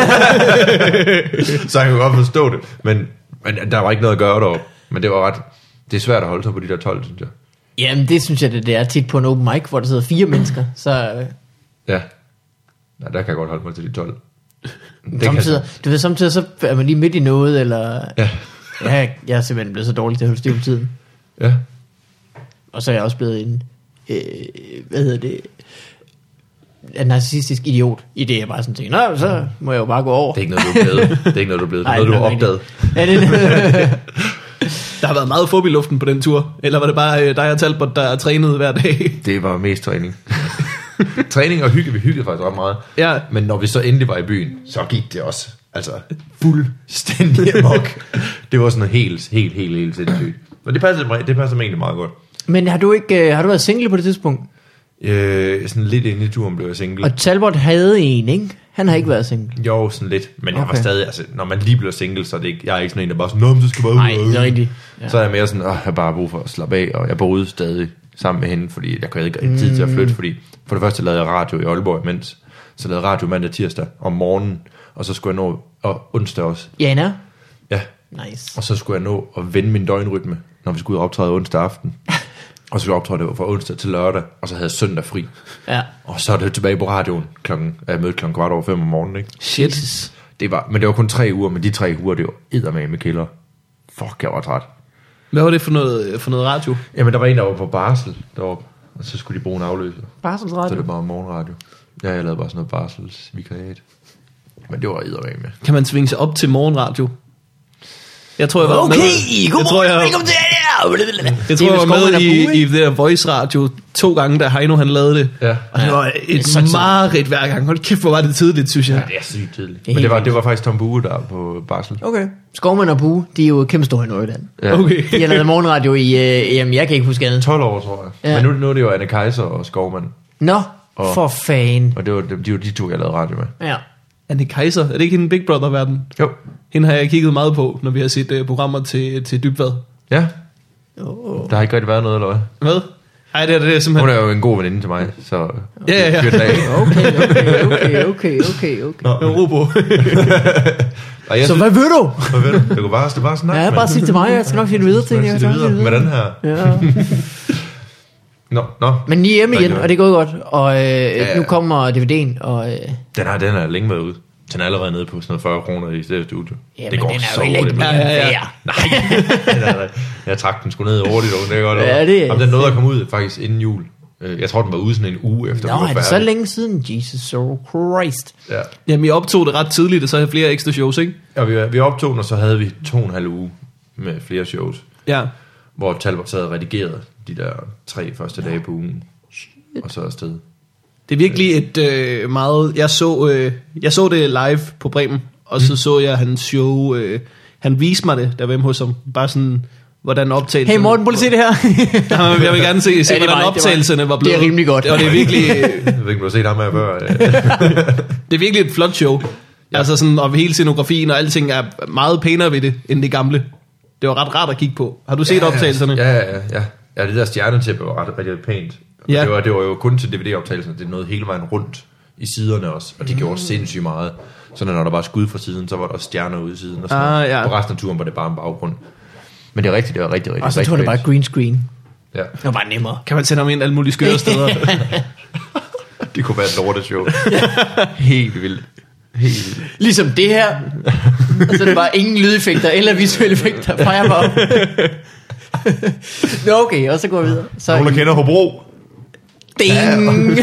Så jeg kunne godt forstå det. Men, men der var ikke noget at gøre deroppe. Men det var ret... Det er svært at holde sig på de der tolv, synes jeg. Jamen, det synes jeg, det, det er tit på en open mic, hvor der sidder fire mennesker. Så øh, Ja. Nej, der kan jeg godt holde mig til de tolv. Det kan samtidig, jeg. du ved, samtidig så er man lige midt i noget, eller... Ja. Ja, jeg er simpelthen blevet så dårlig til at holde styr på tiden. Ja. Og så er jeg også blevet en... Øh, hvad hedder det? En narcissistisk idiot. I det, jeg bare sådan tænker, nå, så må jeg jo bare gå over. Det er ikke noget, du er blevet. Det er ikke noget, du er blevet. Det er noget, du har opdaget. Ja, det er Der har været meget fup i luften på den tur. Eller var det bare øh, dig og Talbot, der er trænet hver dag? Det var mest træning. Træning og hygge, vi hyggede faktisk ret meget. Ja. Men når vi så endelig var i byen, så gik det også. Altså fuldstændig amok. Det var sådan helt, helt, helt, helt sindssygt. Men det passer, mig- det passer mig egentlig meget godt. Men har du ikke øh, har du været single på det tidspunkt? Øh, sådan lidt inde i turen blev jeg single. Og Talbot havde en, ikke? Han har ikke været single. Jo, sådan lidt. Men jeg var Okay. stadig, altså, når man lige bliver single, så er det ikke, jeg er ikke sådan en, der bare sådan, nå, men så skal jeg bare ud. Nej, det er rigtigt. Ja. Så er jeg mere sådan, åh, jeg har bare brug for at slappe af, og jeg boede stadig sammen med hende, fordi jeg kunne ikke have tid til at flytte, fordi for det første lavede jeg radio i Aalborg imens, så lavede jeg radio mandag tirsdag om morgenen, og så skulle jeg nå, og onsdag også. Jana? Ja. Nice. Og så skulle jeg nå at vende min døgnrytme, når vi skulle ud og optræde onsdag aften. Og så skulle jeg optræde det fra onsdag til lørdag, og så havde jeg søndag fri. Ja. Og så er det tilbage på radioen. Klokken, jeg mødte klokken kvart over fem om morgenen, ikke? Shit. Det var, men det var kun tre uger, men de tre uger, det var eddermame med kælder. Fuck, jeg var træt. Hvad var det for noget, for noget radio? Jamen, der var en, der var på barsel deroppe, og så skulle de bruge en afløser. Barselsradio? Så det var bare morgenradio. Ja, jeg lavede bare sådan noget barselsvikariat. Men det var eddermame med. Kan man svinge sig op til morgenradio? Jeg tror, jeg var Okay, med. god Jeg tror, jeg, velkommen til jer. jeg, tror, jeg var med i, i det der Voice Radio to gange, da Heino han lavede det. Ja. Og det var et så tidligt. mareridt hver gang. Hold kæft, hvor var det tidligt, synes jeg. Ja, det er sygt tidligt. Det er Men det var, helt det var faktisk Tom Bue, der på barsel. Okay. Skovmand og Bue, de er jo kæmpe store i Nordjylland. Ja. Okay. De har lavet morgenradio i, øh, jamen jeg kan ikke huske andet. tolv år, tror jeg. Ja. Men nu, nu er det jo Anne Kaiser og Skovmand. Nå, Og- for fan. Og det var de, de, var de to, jeg lavede radio med. Ja. Anne Kaiser, er det ikke hende Big Brother-verden? Jo. Hende har jeg kigget meget på, når vi har set uh, programmer til, til Dybvad. Ja, Oh. der har ikke rigtig været noget, eller hvad? Hvad? Ej, det er det er Hun simpelthen... er jo en god veninde til mig, så... Ja, ja, ja. Fyr den af. Okay, okay, okay, okay, okay, okay. Nå, en ro på. Og jeg Så synes, hvad ved du? hvad ved du? Det kunne bare, det bare snakke. Ja, bare sig til mig, jeg skal nok finde videre til det. det. Jeg videre med den her. Ja. Nå, nå. Men I er hjemme igen, Hvad gør og det går godt. Og øh, ja. nu kommer D V D'en, og... Øh, Den er, den er længe med ud. Den er allerede nede på sådan noget fyrre kroner i stedet studie. ja, det går den er så jo heller ikke hurtigt. mere Ja, ja, ja. værd. Nej, nej, nej. Jeg trak den sgu ned hurtigt, og det er godt. Ja, det er- Jamen, den nåede at komme ud faktisk inden jul. Øh, Jeg tror, den var ude sådan en uge efter, Nå, vi var er det så færdige. længe siden? Jesus so Christ. Ja. Jamen, I optog det ret tidligt, og så havde jeg flere ekstra shows, ikke? Og vi, vi optog den, og så havde vi to og en halv uge med flere shows, Ja. hvor Talbot sad og redigerede de der tre første dage på ugen, og så afsted. Det er virkelig et øh, meget... Jeg så, øh, jeg så det live på Bremen, og så så jeg hans show... Øh, han viste mig det, der var hjemme hos ham. Bare sådan, hvordan optagelserne... Hey Morten, prøv lige at se det her. Jamen, jeg vil gerne se, se Ja, det hvordan var- det var- optagelserne var blevet. det er rimelig godt. Og det er virkelig... Øh, Jeg ved ikke, om du har set ham her før. det er virkelig et flot show. Ja. Altså sådan, og hele scenografien og alting er meget pænere ved det, end det gamle. Det var ret rart at kigge på. Har du set optagelserne? Ja, ja, ja, ja. Ja, det der stjernetæppe var ret, rigtig pænt. Ja. Ja. Det, var, det var jo kun til D V D-optagelserne. Det nåede hele vejen rundt i siderne også. Og det gjorde sindssygt meget. Så når der var skud fra siden, så var der også stjerner ude i siden. Og sådan Ah, noget. ja. På resten af turen var det bare en baggrund. Men det er rigtigt, det var rigtig, rigtig, Og så rigtig tog det bare pænt. green screen. Ja, Det var bare nemmere. Kan man sende ham ind alle mulige skøre steder? det kunne være et lorteshow. Helt vildt. Helt vildt. Ligesom det her. Og så er det bare ingen lydeffekter eller visuelle effekter. Peger bare op. Nå okay, og så går vi videre. Så Nogen, der kender Hobro. ding.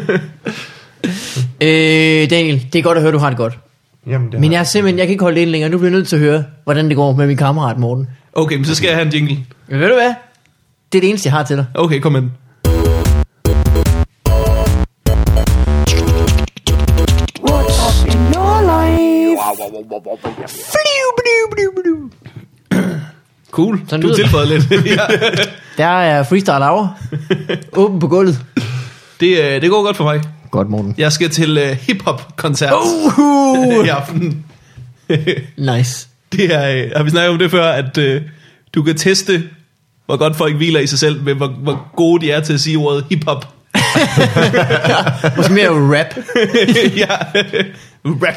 øh, Daniel, det er godt at høre, du har det godt. Jamen, det Men jeg er simpelthen, jeg kan ikke holde det ind længere. Nu bliver jeg nødt til at høre, hvordan det går med min kammerat Morten. Okay, men så skal jeg have en jingle. Men ved du hvad? Det er det eneste, jeg har til dig. Okay, kom med den. What's in your life? Cool, Sådan du lyder det. tilføjede lidt. Ja. Der er freestyle hour. Åben på gulvet. Det, øh, det går godt for mig. Godt, Morten. Jeg skal til uh, hip-hop-koncert Uh, i aften. nice. Det er, øh, har vi snakket om det før, at øh, du kan teste, hvor godt folk hviler i sig selv, med hvor, hvor gode de er til at sige ordet hip-hop. Måske mere rap. Ja, rap.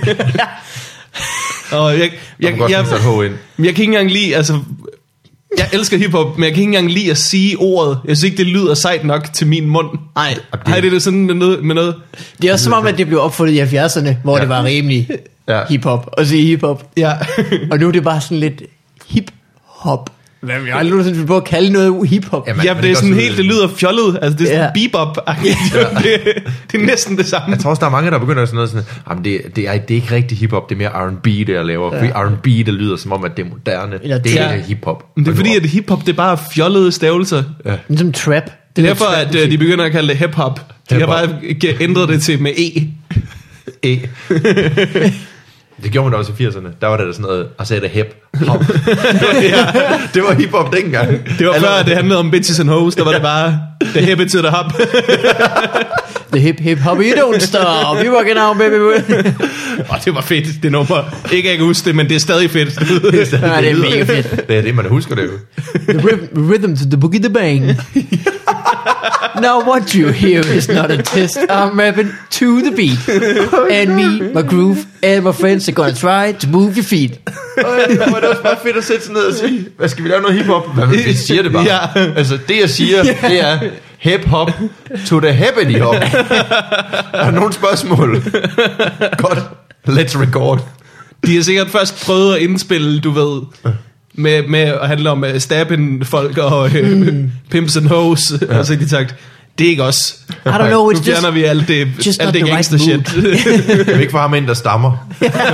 Og jeg, Jeg, jeg, jeg, jeg, jeg, jeg, H ind. jeg kan ikke engang lide, altså, jeg elsker hiphop, men jeg kan ikke engang lide at sige ordet. Jeg synes ikke, det lyder sejt nok til min mund. Nej. Har I det, det sådan med noget, med noget? Det er også som om, at det blev opfundet i halvfjerdserne, hvor ja. det var rimelig Ja. hip-hop at sige hip-hop. Ja. Og nu er det bare sådan lidt hip-hop. Hvad vil jeg aldrig nogensinde finde på at kalde noget hip-hop? Jamen, Ja, men det er gør sådan sådan- helt, det lyder fjollet. Altså, det er sådan Ja. bebop. det, det er næsten det samme. Jeg tror også, der er mange, der begynder sådan noget sådan, jamen det, det, er, det er ikke rigtig hiphop, det er mere R and B, det jeg laver. Fordi R and B, det lyder som om, at det er moderne. Eller det er ja. ikke hiphop. Men det er fordi, at hiphop, det er bare fjollede stavelser. Ligesom trap. Det er derfor, at øh, de begynder at kalde det hip-hop. De har Hip-hop. bare g- ændret det til med E. E. Det gjorde man da også i firserne. Der var det der sådan noget, og så er det hip hop. Ja, det var hiphop dengang. Det var før, at det handlede om bitches and hoes. Der var det bare, the hip to the hop. The hip hip hop, you don't stop. You working out, baby. Og det var fedt, det nummer. Ikke at jeg kan huske det, men det er stadig fedt. Ja, det er mega fedt. Det er det, man husker det jo. The rhythm, rhythm to the boogie the bang. Now what you hear is not a test. I'm rapping to the beat. And me, my groove, and my friends are gonna try to move your feet. Det var også bare fedt at sætte sig ned og sige, hvad skal vi lave noget hiphop? Hvad, vi siger det bare. Ja. Altså det jeg siger, det er hip-hop to the hippity hop. Er der nogle spørgsmål? Godt, let's record. De har sikkert først prøvet at indspille, du ved, med, med at handle om uh, stabbing folk og uh, mm. pimps and hoes, ja. Og så har de sagt, det er ikke os. I don't know, nu it's fjerner just, vi alt det, alt det gangster right shit. Kan vi ikke få ham ind, der stammer?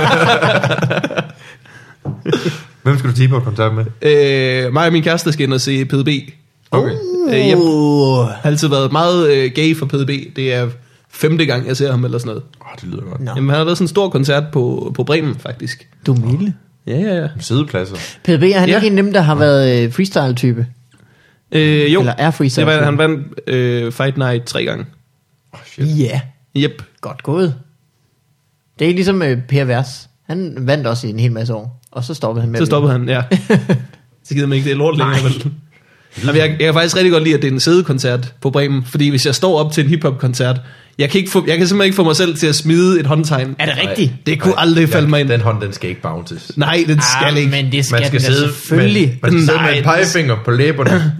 Hvem skal du tage på kontakt med? Øh, mig og min kæreste skal ind og se P D B. Okay. Uh, øh, yep. Har altid været meget øh, gay for P D B. Det er femte gang, jeg ser ham eller sådan noget. Åh, oh, det lyder godt. No. Jamen, han har været sådan en stor koncert på, på Bremen, faktisk. Du er milde. Ja, ja, ja. Sædepladser. P D B, er han Ja. ikke en af dem, der har været øh, freestyle-type? Øh, jo, Eller er freestyle? det var, han vandt øh, Fight Night tre gange. Oh, shit. Ja, Yep. godt gået. Det er ligesom øh, Per Vers. Han vandt også i en hel masse år. Og så stoppede han med Så at stoppede han, ja. Så gider man ikke, det er lort længere. Vel? Jamen, jeg, jeg kan faktisk rigtig godt lide, at det er en sædekoncert på Bremen. Fordi hvis jeg står op til en hiphop-koncert, jeg kan, ikke få, jeg kan simpelthen ikke få mig selv til at smide et håndtegn. Er det rigtigt? Det kunne aldrig falde mig ind. Den hånd, den skal ikke bounces. Nej, det skal Ah, ikke. men det skal, Man skal den da sidde, selvfølgelig. med, man skal sidde Nej, med en pegefinger på læberne.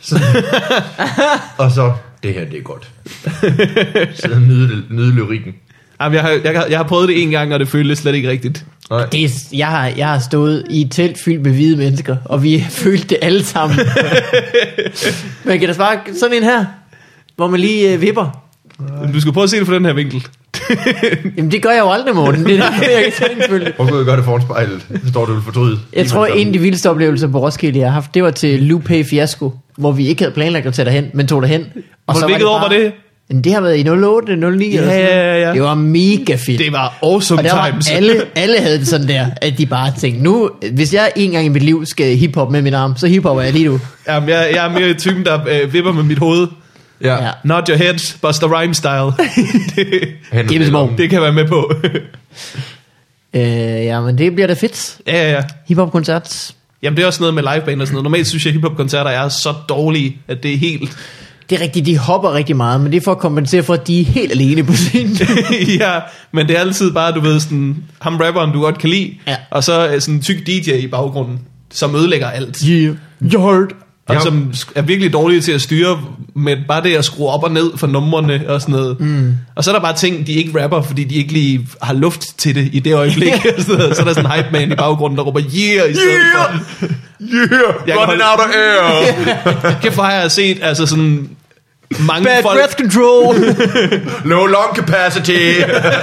Og så, det her, det er godt. Sidde og nyde, nyde lyrikken. Jamen, jeg, har, jeg, har, jeg har prøvet det en gang, og det føltes slet ikke rigtigt. Nej. Det er, jeg, har, jeg har stået i et telt fyldt med hvide mennesker, og vi har følt det alle sammen. Man kan da svare sådan en her, hvor man lige øh, vipper. Du skal prøve at se det fra den her vinkel. Jamen det gør jeg jo aldrig, Morten. Det er der, jeg kan tage selvfølgelig. Hvorfor jeg gøre det foran spejlet? Så står du fortrydet. Jeg tror, en af de vildeste oplevelser på Roskilde, jeg har haft, det var til Lupe Fiasco, hvor vi ikke havde planlagt at tage derhen, men tog derhen. Og Hvor hvilket år var det? Men det har været i nul otte, nul ni. Ja, eller sådan ja, ja, ja. Det var mega fedt. Det var awesome og der var times. alle, alle havde det sådan der, at de bare tænkte, nu, hvis jeg en gang i mit liv skal hiphop med min arm, så hiphopper jeg lige nu. Jamen, jeg, jeg er mere typen, der øh, vipper med mit hoved. Ja. Ja. Not your head, Buster Rhymes style. det, Giv mig små. det kan jeg være med på. Øh, ja, men det bliver da fedt. ja, ja, ja. Hiphop-koncert. Jamen, det er også noget med liveband og sådan noget. Normalt synes jeg, at hiphop-koncerter er så dårlige, at det er helt... Det er rigtigt, de hopper rigtig meget, men det er for at kompensere for, at de er helt alene på scenen. ja, men det er altid bare, du ved, sådan, ham rapperen, du godt kan lide, Ja. og så er sådan en tyk D J i baggrunden, som ødelægger alt. Yeah, yard. Og Ja. som er virkelig dårlige til at styre med bare det at skrue op og ned for numrene og sådan noget. Mm. Og så er der bare ting, de ikke rapper, fordi de ikke lige har luft til det i det øjeblik. så er der sådan en hype man i baggrunden, der råber yeah i stedet Yeah! for. Yeah! Jeg Running kan out of air! Kæft, hvor har jeg set altså sådan mange Bad folk... breath control. Low lung capacity!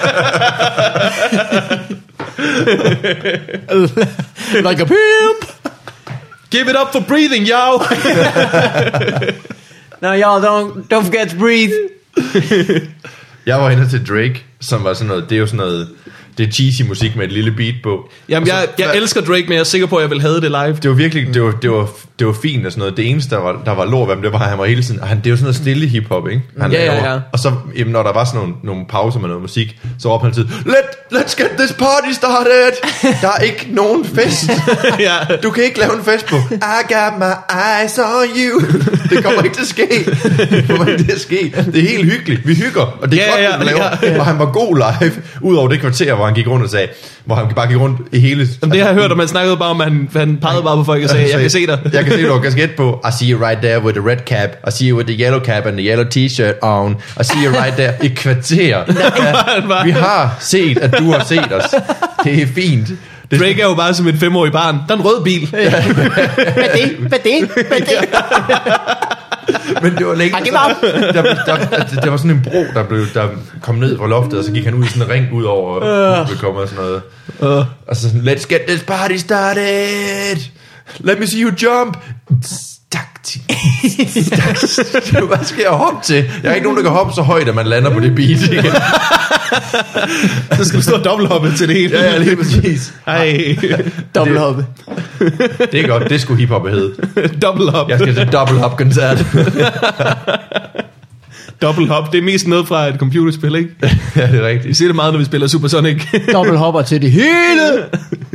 Like a pimp. Give it up for breathing, yo! No, y'all don't, don't forget to breathe. Jeg var inde til Drake, som var sådan noget, det er jo sådan noget, det er cheesy musik med et lille beat på. Jamen, jeg, jeg hvad- elsker Drake, men jeg er sikker på, at jeg vil have det live. Det var virkelig, det var, det var, det var fint og sådan noget. Det eneste, der var, der var lort ved ham, det var, at han var hele tiden, og han, det er jo sådan noget stille hiphop, ikke? Han Ja, ja, laver. ja. Og så, jamen, når der var sådan nogle, nogle pauser med noget musik, så råbte han altid, Let, let's get this party started! Der er ikke nogen fest. ja. Du kan ikke lave en fest på, I got my eyes on you. Det kommer ikke til at ske. Det kommer ikke til at ske. Det er helt hyggeligt. Vi hygger, og det er Ja, godt, ja, det, han laver. ja, ja. Og han var god live, udover det kvarter, hvor han gik rundt og sagde, hvor han bare gik rundt i hele... Jamen, det har jeg hørt, og man snakkede bare om, at han, han pegede bare på folk og sagde, jeg kan se dig. Jeg kan se dig, kan skætte på. I see you right there with the red cap. I see you with the yellow cap and the yellow t-shirt on. I see you right there. I kvarter. Ja, vi har set, at du har set os. Det er fint. Det, Drake er jo bare som et femårig barn. Der er en rød bil. Hvad er det? Hvad er det? Hvad er det? men det var længe. Ah, det var- der, der, der, der var sådan en bro, der, blev, der kom ned fra loftet, og så gik han ud i sådan en ring ud over publikum og sådan noget. Uh. Og så sådan, let's get this party started. Let me see you jump. Tak, tak. Hvad skal jeg hoppe til? Jeg er ikke nogen, der kan hoppe så højt, at man lander på det beat igen. Så skal du stå og dobbelthoppe til det hele. Ja, ja, lige præcis. Ej. Dobbelthoppe. Det er godt, det skulle hiphop hedde. Double hop. Jeg skal til double hop koncert. Double hop. Det er mest noget fra et computerspil, ikke? Ja, det er Vi rigtigt. Altså, siger det meget, når vi spiller Supersonic. Dobbelthopper til det hele.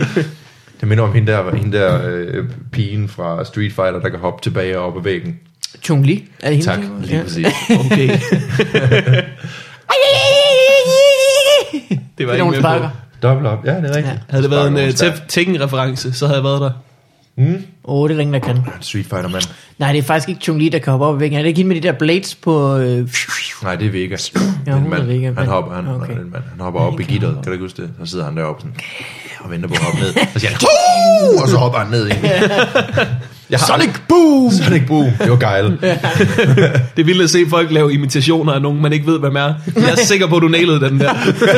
Det minder om hende der, hende der øh, pigen fra Street Fighter, der kan hoppe tilbage og op ad væggen. Chun-Li. Er det hende? Tak, lige præcis. Okay. Det var Det er nogle sparker. Dobbelt op, ja, det er rigtigt. Ja. Havde det været en Sparker uh, stærkt. Tekken-reference, så havde jeg været der. Åh, oh, det er der ingen, der kan. Street Fighter, mand. Nej, det er faktisk ikke Chun-Li, der kan hoppe op i væggen. Er det ikke hende med de der blades på... Øh... Nej, det er Vega. Ja, Den hun er mand, Vega, Han men- hopper, han, okay. okay. han, han hopper op i kan gitteret. hoppe. Kan du ikke huske det? Så sidder han deroppe sådan og venter på at hoppe ned. Og siger han, "Tuh!" og så hopper han ned igen. Jeg har Sonic Boom! Sonic Boom. Det var gejl. Det er vildt at se folk lave imitationer af nogen, man ikke ved, hvem er. Jeg er sikker på, at du nailede den der.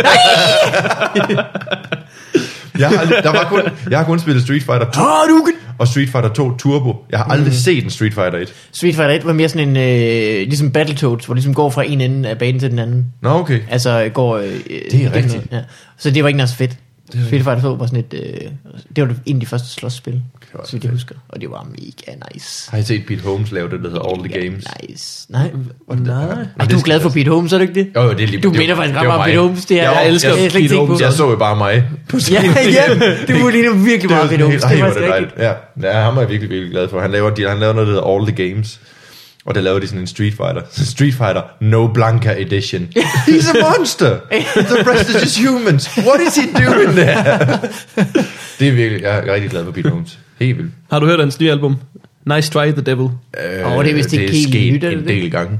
Jeg har, aldrig- der var kun, jeg har kun spillet Street Fighter to Hadouken! og Street Fighter to Turbo. Jeg har aldrig mm. set en Street Fighter et. Street Fighter et var mere sådan en... Øh, ligesom Battletoads, hvor det ligesom går fra en ende af banen til den anden. Nå, okay. Altså går... Øh, Det er rigtigt. Ja. Så det var ikke noget så fedt. Street Fighter to var sådan et... Øh, det var en af de første slåsspil, var så vidt jeg husker. Og det var mega nice. Har I set Pete Holmes lave det, der hedder All the Games? Nice. Nej. Nej. det- Ej, du er glad for Pete Holmes, er du ikke det? Jo, jo, det er lige Du det var- mener faktisk det ret var meget om mig. Pete Holmes. Det er, Jeg jeg elsker elsker jeg slet ikke Pete tænkt på. Holmes. Jeg så jo bare mig. På Ja, ja, det må ligner virkelig meget Pete Holmes. Det er faktisk rigtigt. Ja, ja, ham er jeg virkelig, virkelig glad for. Han laver, de, han laver noget, der hedder All the Games. Og der laver de sådan en Street Fighter. Street Fighter No Blanca Edition. He's a monster. The rest is just humans. What is he doing there? Det er virkelig, jeg er rigtig glad for Pete Holmes. Helt vildt. Har du hørt hans nye album? Nice Try the Devil. Øh, Åh, det er vist ikke helt sket nyt, er det en det? del gange.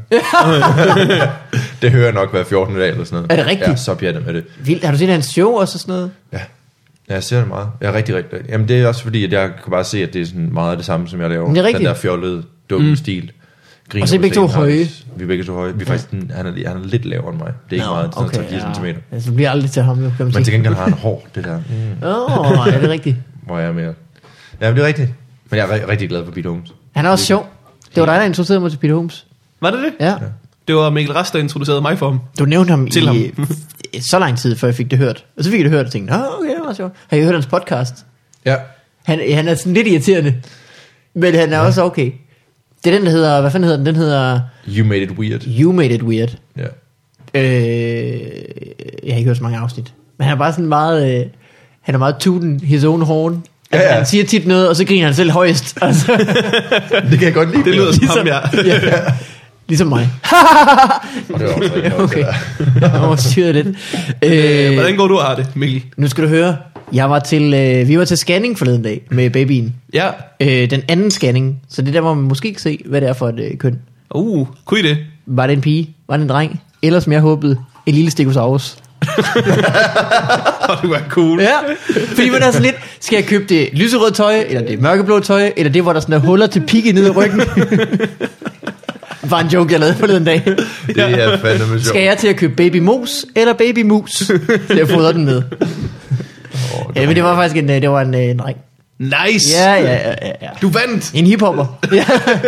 Det hører jeg nok hver fjortende dag eller sådan noget. Er det rigtigt? Ja, så pjattet med det. Vildt. Har du set hans show også og sådan noget? Ja. Ja, jeg ser det meget. Jeg er rigtig, rigtig... Jamen, det er også fordi, at jeg kan bare se, at det er sådan meget af det samme, som jeg laver. Men det er rigtigt. Den der fjollede, dumme mm. stil. Griner Og så er I på begge to scenen. høje. Vi er begge to høje. Vi er faktisk, han, er, han er lidt lavere end mig. Det er ikke meget, sådan okay, fire centimeter. Altså, det bliver aldrig til ham, jo, kan man Men sige. til gengæld har han hår, det der. Mm. Åh, oh, er det rigtigt? Hvor jeg er mere... Ja, men det er rigtigt. Men jeg er ri- rigtig glad for Pete Holmes. Han er også sjov. Det var dig, der introducerede mig til Pete Holmes. Var det det? Ja. Det var Mikkel Rast, der introducerede mig for ham. Du nævnte ham Til i ham. øh, så lang tid, før jeg fik det hørt. Og så fik jeg det hørt og tænkte, åh, okay, det var sjovt. Har I hørt hans podcast? Ja. Han, han er sådan lidt irriterende. Men han er ja. også okay. Det er den, der hedder, hvad fanden hedder den? Den hedder You Made It Weird. You Made It Weird. Ja. Øh, jeg har ikke hørt så mange afsnit. Men han er bare sådan meget, øh, han er meget tuten his own horn. Ja, ja. Han siger tit noget, og så griner han selv højst. Altså, Det kan jeg godt lide. Det lyder som ham, ja. ja. Ligesom mig. Og det var også rigtig Okay. okay. Jeg må styre lidt. Øh, Hvordan går du af det, Mikkel? nu skal du høre. Jeg var til, øh, vi var til scanning forleden dag med babyen. Ja. Øh, den anden scanning. Så det der, hvor man måske ikke se, hvad det er for et øh, køn. Uh, kunne I det? Var det en pige? Var det en dreng? Eller som jeg håbede, en lille stegosaurus. Og det var cool. Ja, fordi man er sådan lidt, skal jeg købe det lyserøde tøj, eller det mørkeblå tøj, eller det, hvor der sådan er huller til pigge ned i ryggen. Det var en joke, jeg lavede forleden dag. Det er fandme sjovt. Skal jeg til at købe baby mos, eller baby mus? Så jeg fodrer den med. Oh, Ja, men det var faktisk en, øh, det var en, øh, en dreng. Nice. Ja, ja, ja, ja, ja. Du vandt. En hiphopper. Ja.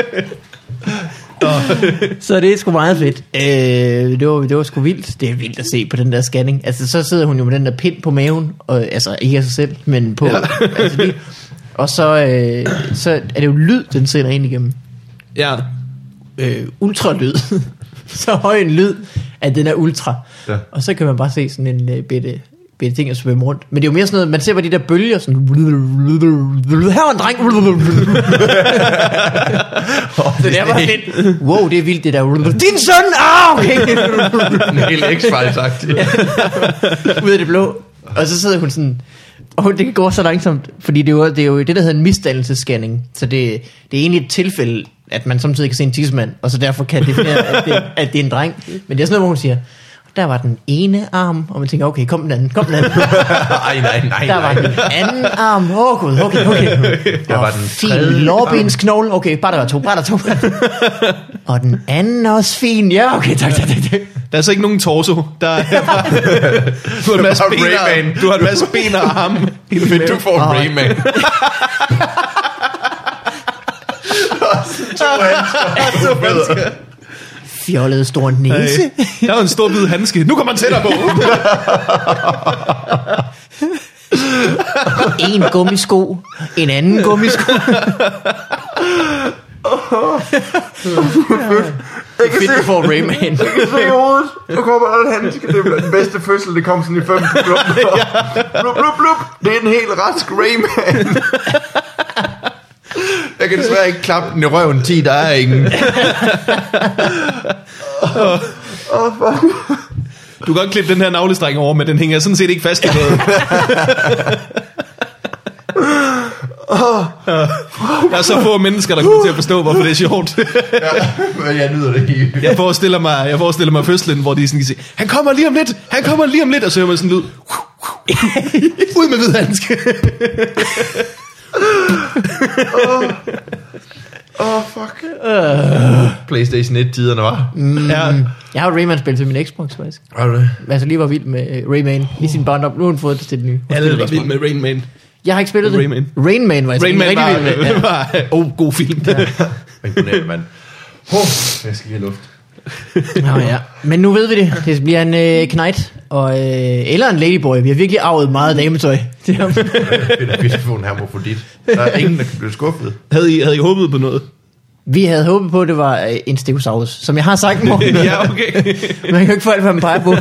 Så det er sgu meget fedt. Øh, det, var, det var sgu vildt. Det er vildt at se på den der scanning. Altså, så sidder hun jo med den der pind på maven. Og, altså, ikke af sig selv, men på... Ja. Altså, lige, og så, øh, så er det jo lyd, den sender ind igennem. Ja. Øh, ultralyd. Så høj en lyd, at den er ultra. Ja. Og så kan man bare se sådan en uh, bitte, bitte ting at svømme rundt. Men det er jo mere sådan noget, man ser bare de der bølger sådan... Her var en dreng! Så det er bare lidt... Wow, det er vildt det der... Din søn! Ah, okay! En helt X-Files-agtig. Ud af det blå. Og så sidder hun sådan... Og det går så langsomt, fordi det er jo det, er jo det der hedder en misdannelsesscanning. Så det, det er egentlig et tilfælde, at man samtidig kan se en tidsmand, og så derfor kan definere, at det, at det er en dreng. Men det er sådan noget, hvor hun siger, der var den ene arm, og man tænker, okay, kom den anden, kom den anden. Ej, nej, nej, Der var nej. den anden arm, åh oh, gud, okay, okay. Der Og var den fin tredje lårbensknogle, okay, bare der var to, bare der var to. Og den anden er også fin, ja, okay, tak, tak, tak, tak. Der er altså ikke nogen torso. Der er bare... Du har en masse Bare ben og, Rayman. du har en masse ben og arme. Men du får Åh. Rayman. Så mennesker. Fjollet stor næse. Der var en stor hvid handske. Nu kommer han tættere på. En gummisko, en anden gummisko. Det er fedt, du får Rayman. Jeg kan se i hovedet. Nu kommer alle handske. Det er den bedste fødsel. Det kom sådan i fem blub, blub, blub, blub. Det er en helt rask Rayman. Jeg Jeg kan desværre ikke klappe den i røven ti, der er ingen. Åh, oh, fuck. Du kan godt klippe den her navlestreng over, men den hænger sådan set ikke fast i noget. Der er så få mennesker, der kommer til at forstå, hvorfor det er sjovt. Ja, men jeg nyder det hele. Jeg forestiller mig, jeg forestiller mig fødslen, hvor de sådan kan sige, han kommer lige om lidt, han kommer lige om lidt, og så hører man sådan lyd. Ud med hvidhandske. Åh, oh, fuck. Uh. PlayStation et-tiderne, var. Mm, ja. Jeg har jo Rayman-spil til min Xbox, faktisk. Har du det? Altså lige var vild med uh, Rayman i sin barndom. Nu har hun fået det til den nye. Alle var vild med Rain Man. Jeg har ikke spillet det. Rayman. Rain Man var jeg Rain Man rigtig vild med. Ja. var... Åh, oh, god film. Ja. Imponerende, mand. Oh, jeg skal have luft. Nå, ja. Men nu ved vi det. Det bliver en øh, knight, og, øh, eller en ladyboy. Vi har virkelig arvet meget dametøj til ham. Vi skal få en hermofrodit. Der er ingen, der kan blive skuffet. Havde I, havde I håbet på noget? Vi havde håbet på, at det var øh, en stegosaurus, som jeg har sagt, Morten. Ja, okay. Man kan jo ikke få alt, hvad man peger på.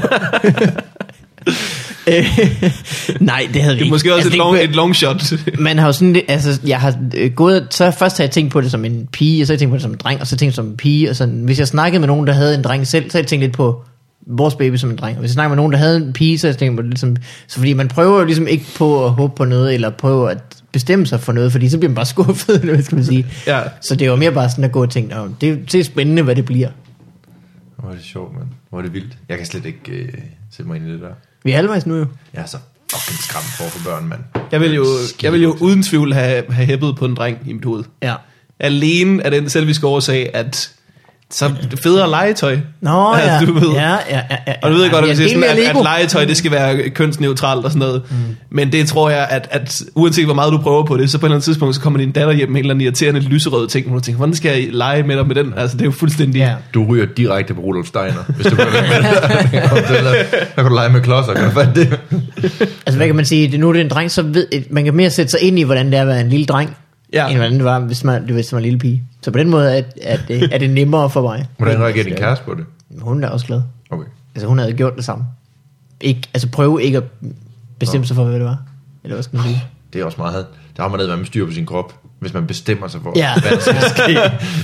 Nej, det havde vi det er ikke. måske også altså, et, long, et long shot. Man har jo sådan, altså, jeg har gået, så først har jeg tænkt på det som en pige, og så har jeg tænkt på det som en dreng, og så tænkt som en pige, og sådan, hvis jeg snakkede med nogen, der havde en dreng selv, så har jeg tænkt lidt på vores baby som en dreng, og hvis jeg snakker med nogen, der havde en pige, så har jeg tænkt på det ligesom, så fordi man prøver jo ligesom ikke på at håbe på noget, eller prøve at bestemme sig for noget, fordi så bliver man bare skuffet, eller hvad skal man sige. Ja. Så det var mere bare sådan at gå og tænke, det, det er spændende, hvad det bliver. Hvor er det sjovt, mand. Hvor er det vildt. Jeg kan slet ikke øh, sætte mig ind i det der. Vi er halvvejs nu jo. Jeg er så fucking skræmt for for børn, mand. Jeg vil jo, jeg vil jo uden tvivl have, have hæppet på en dreng i mit hoved. Ja. Alene af den selviske årsag, at så federe legetøj. Nå altså, ja. du ved. ja, ja, ja, ja. Og du ved godt, at, ja, ja, sådan, at, Lego. at legetøj, det skal være kønsneutralt og sådan noget. Mm. Men det tror jeg, at, at uanset hvor meget du prøver på det, så på et eller andet tidspunkt, så kommer din datter hjem med en eller anden irriterende lyserød ting, og du tænker, hvordan skal jeg lege med dig med den? Altså, det er jo fuldstændig... Ja. Du ryger direkte på Rudolf Steiner, hvis du gør det med det. Der kan du lege med klodser, kan du fatte det? Altså, hvad kan man sige? Nu er det en dreng, så ved, man kan mere sætte sig ind i, hvordan det er at være en lille dreng, ja. End hvordan det var, hvis man, hvis man var en lille pige. Så på den måde er, er, det, er det nemmere for mig. Hvordan reagerer din kæreste på det? Hun er også glad. Okay. Altså, hun havde gjort det samme. Ikke, altså, prøve ikke at bestemme Nå. sig for, hvad det var. Eller hvad skal man sige? Det er også meget had. Der har man ned, at man styrer på sin krop, hvis man bestemmer sig for, ja. hvad der skal ske.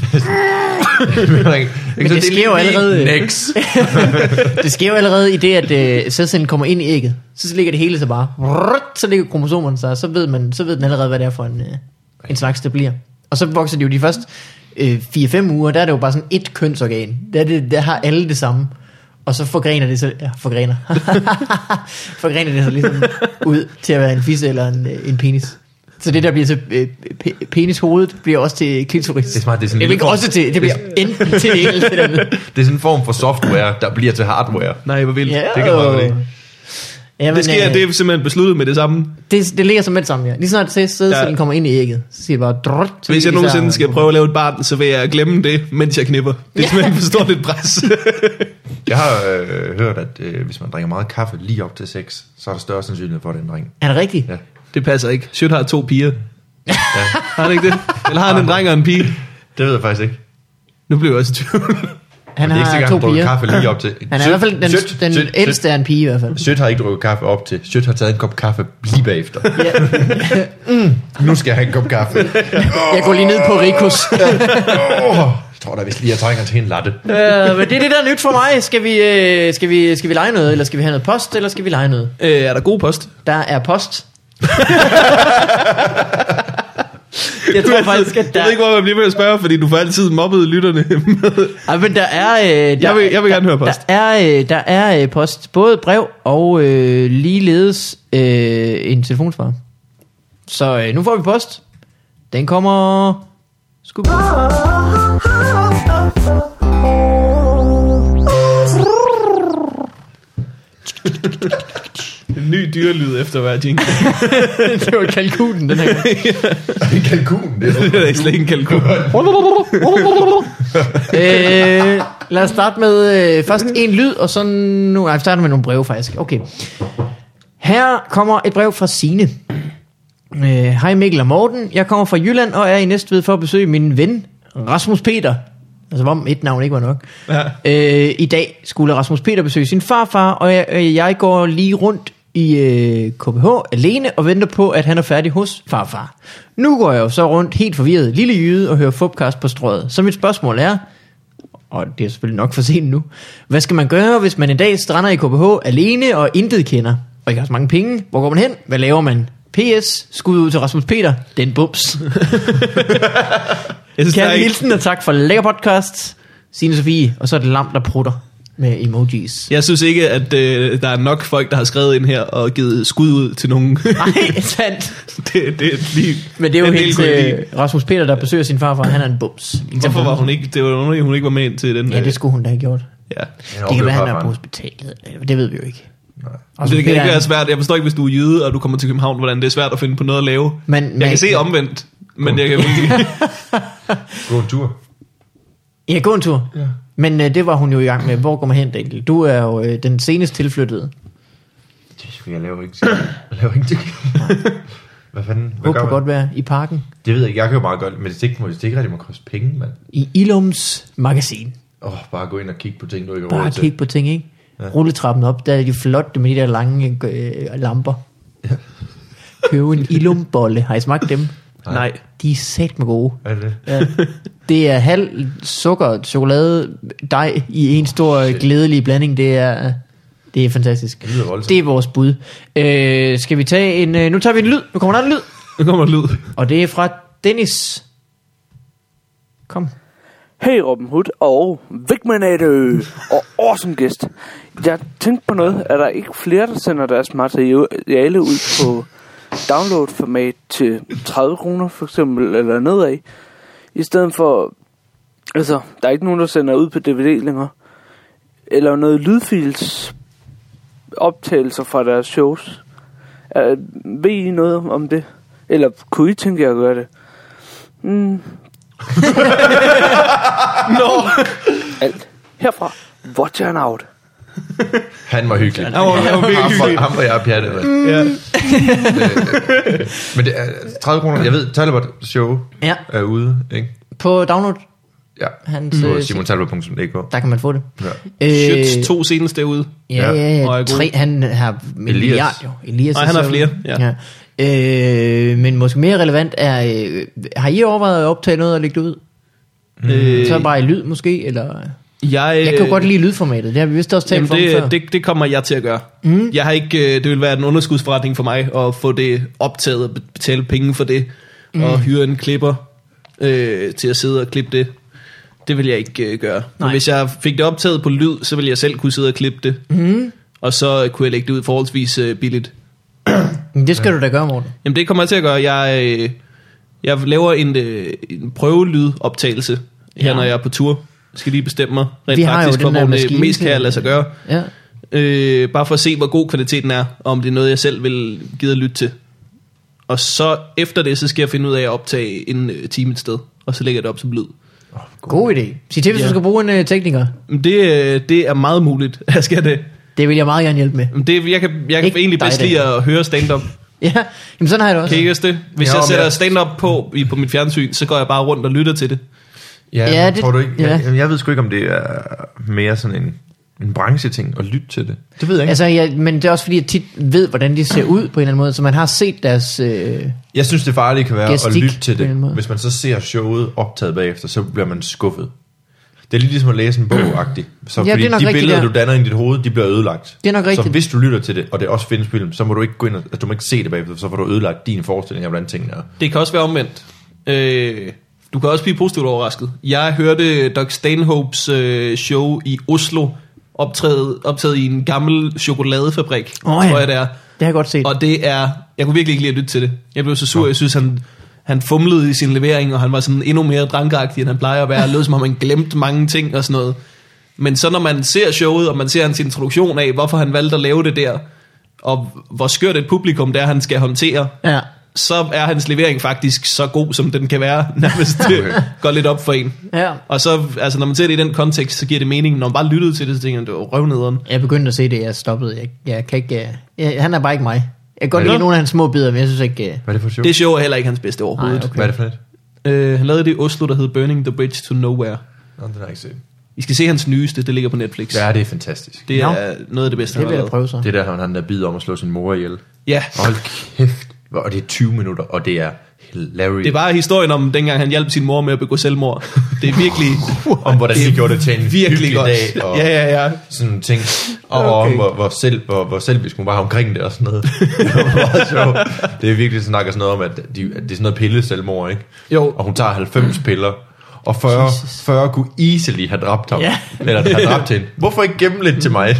Men det sker jo allerede... Next. Det sker jo allerede i det, at uh, sædcellen kommer ind i ægget. Så ligger det hele så bare... Så ligger kromosomerne så, så ved, man, så ved den allerede, hvad det er for en, uh, en slags, det bliver. Og så vokser de jo de første uh, fire fem uger, der er det jo bare sådan et kønsorgan. Der, det, der har alle det samme. Og så forgrener det så... Ja, forgrener. forgrener det så ligesom ud til at være en fisse eller en, en penis. Så det der bliver til øh, penishovedet bliver også til klitoris. Det er smart, det er sådan det bliver også til, det bliver enten til det ene eller det. Det er sådan en form for software, der bliver til hardware. Nej, hvor vildt. Ja, det kan man ikke. Jamen, det sker, øh, det er simpelthen besluttet med det samme. Det, det ligger som et sammen, ja. Lige snart sædcellen ja. kommer ind i ægget, så siger det bare... Drrrt, så hvis jeg nogensinde skal prøve at lave et barn, så vil jeg glemme det, mens jeg knipper. Det er simpelthen for stort et pres. Jeg har øh, hørt, at øh, hvis man drikker meget kaffe lige op til sex, så er der større sandsynlighed for, at det er en dreng. Er det rigtigt? Ja. Det passer ikke. Sjøt har to piger. Ja. Har han ikke det? Eller har han en dreng og en pige? Det ved jeg faktisk ikke. Nu bliver jeg også i tvivl. Han har sikkert, to piger. Kaffe lige op til. Han er i hvert fald den, Sødt, den sødt, ældste af en pige i hvert fald. Sødt har ikke drukket kaffe op til. Sødt har taget en kop kaffe lige bagefter. Ja. mm. Nu skal jeg have en kop kaffe. Jeg går lige ned på Rikos. oh, jeg tror da vist lige, jeg trænger til en latte. uh, men det er det, der er nyt for mig. Skal vi, uh, skal, vi, skal vi lege noget, eller skal vi have noget post, eller skal vi lege noget? Uh, er der god post? Der er post. Jeg tror faktisk, at der... Jeg ved ikke, hvor man bliver ved at spørge, fordi du får altid mobbet lytterne. Ja, men der er... Øh, der, jeg, vil, jeg vil gerne høre post. Der er, øh, der er øh, post, både brev og øh, ligeledes øh, en telefonsvarer. Så øh, nu får vi post. Den kommer... Skub. En ny dyrelyd efter hver jingle. Det var kalkunen, den her. Det er kalkunen, det er det er slet ikke en kalkun. øh, lad os starte med øh, først en lyd, og så nu... Nej, vi starter med nogle breve faktisk. Okay. Her kommer et brev fra Signe. Hej øh, Mikkel og Morten. Jeg kommer fra Jylland og er i Næstved for at besøge min ven Rasmus Peter. Altså om et navn ikke var nok. Ja. øh, I dag skulle Rasmus Peter besøge sin farfar, og jeg, jeg går lige rundt i øh, K B H alene og venter på, at han er færdig hos farfar. Nu går jeg jo så rundt helt forvirret lille jyde og hører Fupcast på strøget. Så mit spørgsmål er, og det er selvfølgelig nok for sent nu, hvad skal man gøre, hvis man en dag strander i K B H alene og intet kender, og ikke har så mange penge? Hvor går man hen? Hvad laver man? P S. Skud ud til Rasmus Peter. Den bums. Kærlig hilsen og tak for lækker podcast. Signe Sofie. Og så er det lam, der prutter med emojis. Jeg synes ikke, at øh, der er nok folk, der har skrevet ind her og givet skud ud til nogen. Nej, sandt. det, det er lige, men det er jo helt øh, Rasmus Peter, der besøger sin farfar. Han er en bums. Hvorfor var hun ikke? Det var underligt, hun ikke var med ind til den. Ja, det skulle hun da have gjort. Ja. Det kan være, han er på hospitalet. Det ved vi jo ikke. Det kan ikke være svært. Jeg forstår ikke, hvis du er jyde, og du kommer til København, hvordan det er svært at finde på noget at lave. Men, jeg kan se omvendt, men jeg kan ikke. Gå en tur. Ja, gå en tur. Ja. Men øh, det var hun jo i gang med. Hvor går man hen, Daniel? Du er jo øh, den senest tilflyttede. Jeg laver ikke jeg laver ikke Hvad fanden? Hvad Hvor kan godt være i parken? Det ved jeg ikke. Jeg kan jo meget godt, men det ikke, det ikke rigtig må koste penge, mand. I Ilums magasin. Åh, oh, bare gå ind og kigge på ting, du ikke har råd til. Bare kigge på ting, ikke? Ja. Rulletrappen op, der er de flotte med de der lange øh, lamper. Ja. Købe en Ilum-bolle. Har I smagt dem? Nej. Nej. De er sat med gode. Er det? Ja. Det er halv sukker, chokolade, dej i en stor Shit. glædelig blanding. Det er, det er fantastisk. Det lyder voldsomt. Det er vores bud. Øh, skal vi tage en... Øh, nu tager vi en lyd. Nu kommer der en lyd. Nu kommer der en lyd. Og det er fra Dennis. Kom. Hey Robin Hood og Vigmanate og awesome gæst. Jeg tænkte på noget. Er der ikke flere, der sender deres materiale ud på download-format til tredive kroner for eksempel, eller nedad? I stedet for... Altså, der er ikke nogen, der sender ud på D V D længere. Eller noget lydfils optagelser fra deres shows. Er, ved I noget om det? Eller kunne I tænke jer at gøre det? Mm... Nå. Alt herfra. Watch and out. Han var hyggelig. Han var, han var virkelig hyggelig. Ham var jeg pjatte med. Mm. Ja. Men det er tredive kroner. Jeg ved, Talbot show ja. er ude, ikke? På download. Ja. Hans, på simon talbot punktum d k. Der kan man få det. Ja. Øh, Shit, to seneste derude. Ja, ja, ja. Tre, han har en milliard jo. Elias. Nej, han har flere. Ja. Ja. Øh, men måske mere relevant er, øh, har I overvejet at optage noget og lægge det ud? Øh, så bare i lyd måske, eller... Jeg, jeg kan jo godt lide lydformatet. Det har vi vist også talt om før. Det, det kommer jeg til at gøre. Mm. Jeg har ikke, det vil være en underskudsforretning for mig at få det optaget og betale penge for det mm. og hyre en klipper øh, til at sidde og klippe det. Det vil jeg ikke øh, gøre. Men hvis jeg fik det optaget på lyd, så vil jeg selv kunne sidde og klippe det. Mm. Og så kunne jeg lægge det ud forholdsvis øh, billigt. Det skal ja. du da gøre, Morten. Jamen det kommer jeg til at gøre. Jeg, øh, jeg laver en, øh, en prøvelydoptagelse her, ja. når jeg er på tur. Jeg skal lige bestemme mig rent vi faktisk for, hvor det mest kan lade sig gøre. Ja. Øh, bare for at se, hvor god kvaliteten er, og om det er noget, jeg selv vil give at lytte til. Og så efter det, så skal jeg finde ud af at optage en uh, time et sted, og så lægger jeg det op som lyd. Oh, god, god idé. Sig til, hvis ja. du skal bruge en uh, tekniker. Det, det er meget muligt. Jeg skal det. Det vil jeg meget gerne hjælpe med. Det, jeg kan, jeg kan egentlig bedst lide at høre stand-up. Ja, jamen sådan har jeg det også. Kan I også det? Hvis jo, jeg sætter stand-up på i, på mit fjernsyn, så går jeg bare rundt og lytter til det. Ja, ja det, tror du ikke? Ja. Jeg, jeg ved sgu ikke, om det er mere sådan en, en brancheting at lytte til det. Det ved jeg ikke. Altså, ja, men det er også fordi, jeg tit ved, hvordan de ser ud på en eller anden måde, så man har set deres øh, Jeg synes, det farlige kan være at lytte til det. Hvis man så ser showet optaget bagefter, så bliver man skuffet. Det er lidt ligesom at læse en bog-agtigt. Så ja, fordi de rigtigt, billeder, ja. du danner ind i dit hoved, de bliver ødelagt. Det er nok rigtigt. Så hvis du lytter til det, og det også findes film, så må du ikke gå ind og, altså, du må ikke se det bagefter, så får du ødelagt din forestilling af, hvordan tingene er. Det kan også være omvendt. Øh... Du kan også blive positivt overrasket. Jeg hørte Doug Stanhopes øh, show i Oslo optaget, optaget i en gammel chokoladefabrik, oh, ja. tror jeg det er. Det har jeg godt set. Og det er, jeg kunne virkelig ikke lide at lytte til det. Jeg blev så sur, oh. jeg synes han, han fumlede i sin levering, og han var sådan endnu mere drankagtig, end han plejer at være. Lød som om han glemte mange ting og sådan noget. Men så når man ser showet, og man ser hans introduktion af, hvorfor han valgte at lave det der, og hvor skørt et publikum det er, han skal håndtere, ja. så er hans levering faktisk så god, som den kan være. Nærmest okay. går lidt op for en. Ja. Og så, altså når man ser det i den kontekst, så giver det mening. Når man bare lyttede til det, så tænker man, det var røvnederen. Jeg begyndte at se det, jeg stoppede. Jeg, jeg kan ikke... Jeg, han er bare ikke mig. Jeg kan godt lide nogle af hans små bidder, men jeg synes ikke... Hvad er det for show? Det show er heller ikke hans bedste overhovedet. Nej, okay. Hvad er det for net? Uh, han lavede det i Oslo, der hed Burning the Bridge to Nowhere. Nå, det har jeg ikke set. I skal se hans nyeste, det ligger på Netflix. Ja, det er fantastisk. Det er no. noget af det bedste, Det vil han jeg prøve så. Det der, han, han der bider om at slå sin mor ihjel. Ja. Hold kæft. Og det er tyve minutter, og det er hilarious. Det er bare historien om, dengang han hjalp sin mor med at begå selvmord. Det er virkelig... om hvordan de gjorde det til en virkelig godt. dag. Og ja, ja, ja. sådan ting. Og okay. om, hvor, hvor, selv, hvor, hvor selvisk hun var omkring det og sådan noget. Det var meget sjovt. Det er virkelig snakker sådan noget om, at, de, at det er sådan noget pille selvmord, ikke? Jo. Og hun tager halvfems piller. Og fyrre, fyrre kunne easily have dræbt ham. Ja. Eller have dræbt hende. Hvorfor ikke gemme lidt til mig?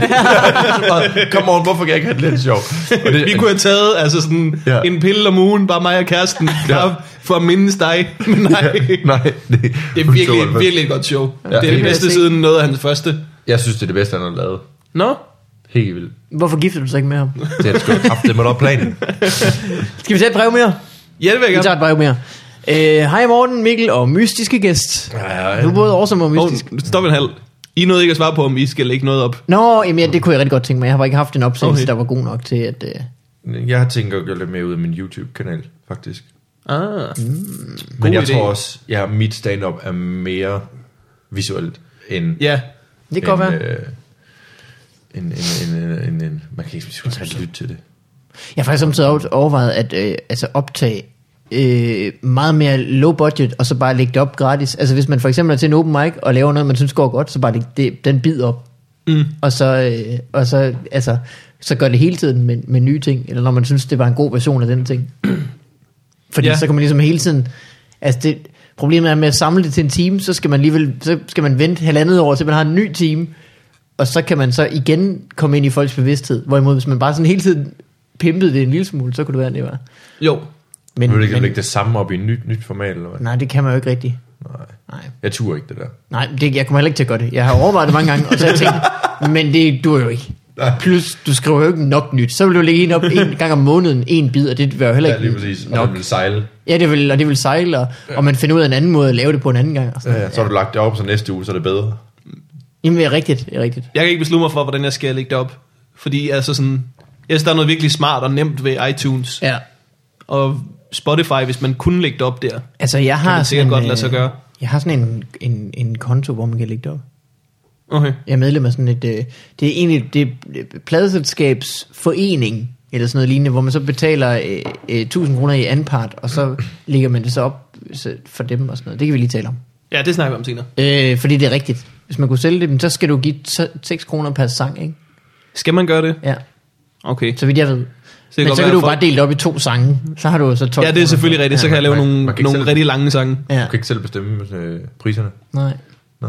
Come on, hvorfor kan jeg ikke have det lidt sjovt? Og det, vi kunne have taget altså sådan ja. en pille om ugen, bare mig og kæresten, ja. for at mindes dig. Men nej, ja, nej det, det er virkelig, virkelig et godt show. Ja. Det er det, det bedste siden noget af hans første. Jeg synes, det er det bedste, han har lavet. Nå? No? Helt vildt. Hvorfor gifter du sig ikke med ham? Det er det sgu haft det med op planen. Skal vi tage et brev mere? Ja, det vil jeg gerne. Vi tager et brev mere. Hej uh, Morten, Mikkel og mystiske gæst. Ja, ja, ja. Du er både awesome og mystisk. Oh, stop en halv. I nåede ikke at svare på, om I skal lægge noget op. Nå, jamen, ja, det kunne jeg rigtig godt tænke mig. Jeg har bare ikke haft en opsendelse, okay. der var god nok til at... Uh... Jeg har tænkt at gøre lidt mere ud af min YouTube-kanal, faktisk. Ah, mm. Men jeg idé. tror også, at ja, mit stand-up er mere visuelt end... Ja, det kan godt være. Øh, en, en, en, en, en, man kan ikke have lytte til det. Jeg har faktisk samtidig overvejet at øh, altså optage øh, meget mere low budget, og så bare lægge det op gratis. Altså hvis man for eksempel er til en open mic, og laver noget, man synes går godt, så bare lægge det, den bid op. Mm. Og så, øh, og så, altså, så gør det hele tiden med, med nye ting, eller når man synes, det var en god version af den ting. Fordi ja. så kan man ligesom hele tiden... Altså det, problemet er med at samle det til en time, så skal man alligevel, så skal man vente halvandet år, til man har en ny time, og så kan man så igen komme ind i folks bevidsthed. Hvorimod hvis man bare sådan hele tiden pimpede det en lille smule, så kunne det være, det var. Jo. Men vil du ikke men, lægge det samme op i et nyt, nyt format, eller hvad? Nej, det kan man jo ikke rigtigt. Nej. Nej. Jeg turer ikke det der. Nej, det, jeg kommer heller ikke til at gøre det. Jeg har overvejet det mange gange, og så har jeg tænkt, men det duer jo ikke. Nej. Plus, du skriver jo ikke nok nyt. Så vil du lægge en op en gang om måneden, en bid, og det vil jo heller ikke ja, lige præcis. nok. Og det vil sejle. Ja, det vil, og det vil sejle, og, ja. og man finder ud af en anden måde at lave det på en anden gang. Og ja, ja, så har du lagt det op, så næste uge, så er det bedre. Jamen, det er rigtigt, det er rigtigt. Jeg kan ikke beslutte mig for, hvordan jeg skal lægge det op. Fordi altså sådan, jeg synes, der er noget virkelig smart og nemt ved iTunes. Ja. Og Spotify, hvis man kunne lægge det op der. Altså, jeg har kan det sikkert sådan, godt lade sig gøre. Jeg har sådan en, en, en konto, hvor man kan lægge det op. Okay. Jeg er medlem af sådan et, det er egentlig det pladeselskabsforening, eller sådan noget lignende, hvor man så betaler øh, øh, tusind kroner i anpart, og så lægger man det så op så for dem og sådan noget. Det kan vi lige tale om. Ja, det snakker vi om senere. Øh, fordi det er rigtigt. Hvis man kunne sælge det, så skal du give seks kroner per sang, ikke? Skal man gøre det? Ja. Okay. Så vidt jeg ved. Så men så kan du folk... bare dele det op i to sange. Så har du så tolv. Ja, det er selvfølgelig rigtigt. Så kan jeg lave nogle, nogle selv... rigtig lange sange. Ja. Du kan ikke selv bestemme øh, priserne. Nej. Nå.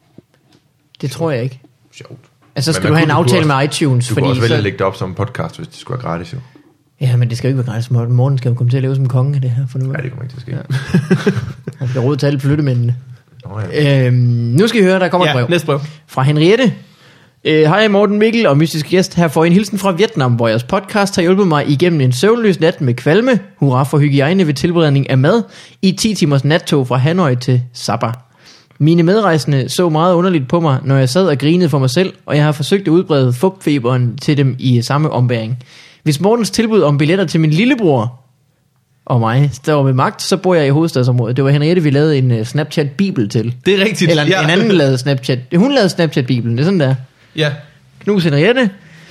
Det tror jeg ikke. Sjovt. Altså så skal du have en aftale med iTunes. Du fordi kan også vælge så... at lægge det op som en podcast, hvis det skulle være gratis jo. Ja, men det skal jo ikke være gratis. Morten skal jo komme til at leve som konge af det her for nu. Nej, det kommer ikke til at ske. Ja. Han skal råde til alle flyttemændene. Oh, ja. øhm, nu skal I høre, der kommer ja, et brev. Næste brev. Fra Henriette. Hej uh, Morten, Mikkel og mystisk gæst. Her får en hilsen fra Vietnam, hvor jeres podcast har hjulpet mig igennem en søvnløs nat med kvalme. Hurra for hygiejne ved tilberedning af mad i ti timers nattog fra Hanoi til Sabah. Mine medrejsende så meget underligt på mig, når jeg sad og grinede for mig selv, og jeg har forsøgt at udbrede fupfeberen til dem i samme ombæring. Hvis Mortens tilbud om billetter til min lillebror og mig står ved magt, så bor jeg i hovedstadsområdet. Det var Henriette, vi lavede en uh, Snapchat-bibel til. Det er rigtigt. Eller en, ja. en anden lavede Snapchat. Hun lavede Snapchat-bibelen, det er sådan der. Ja. Knus Henriette.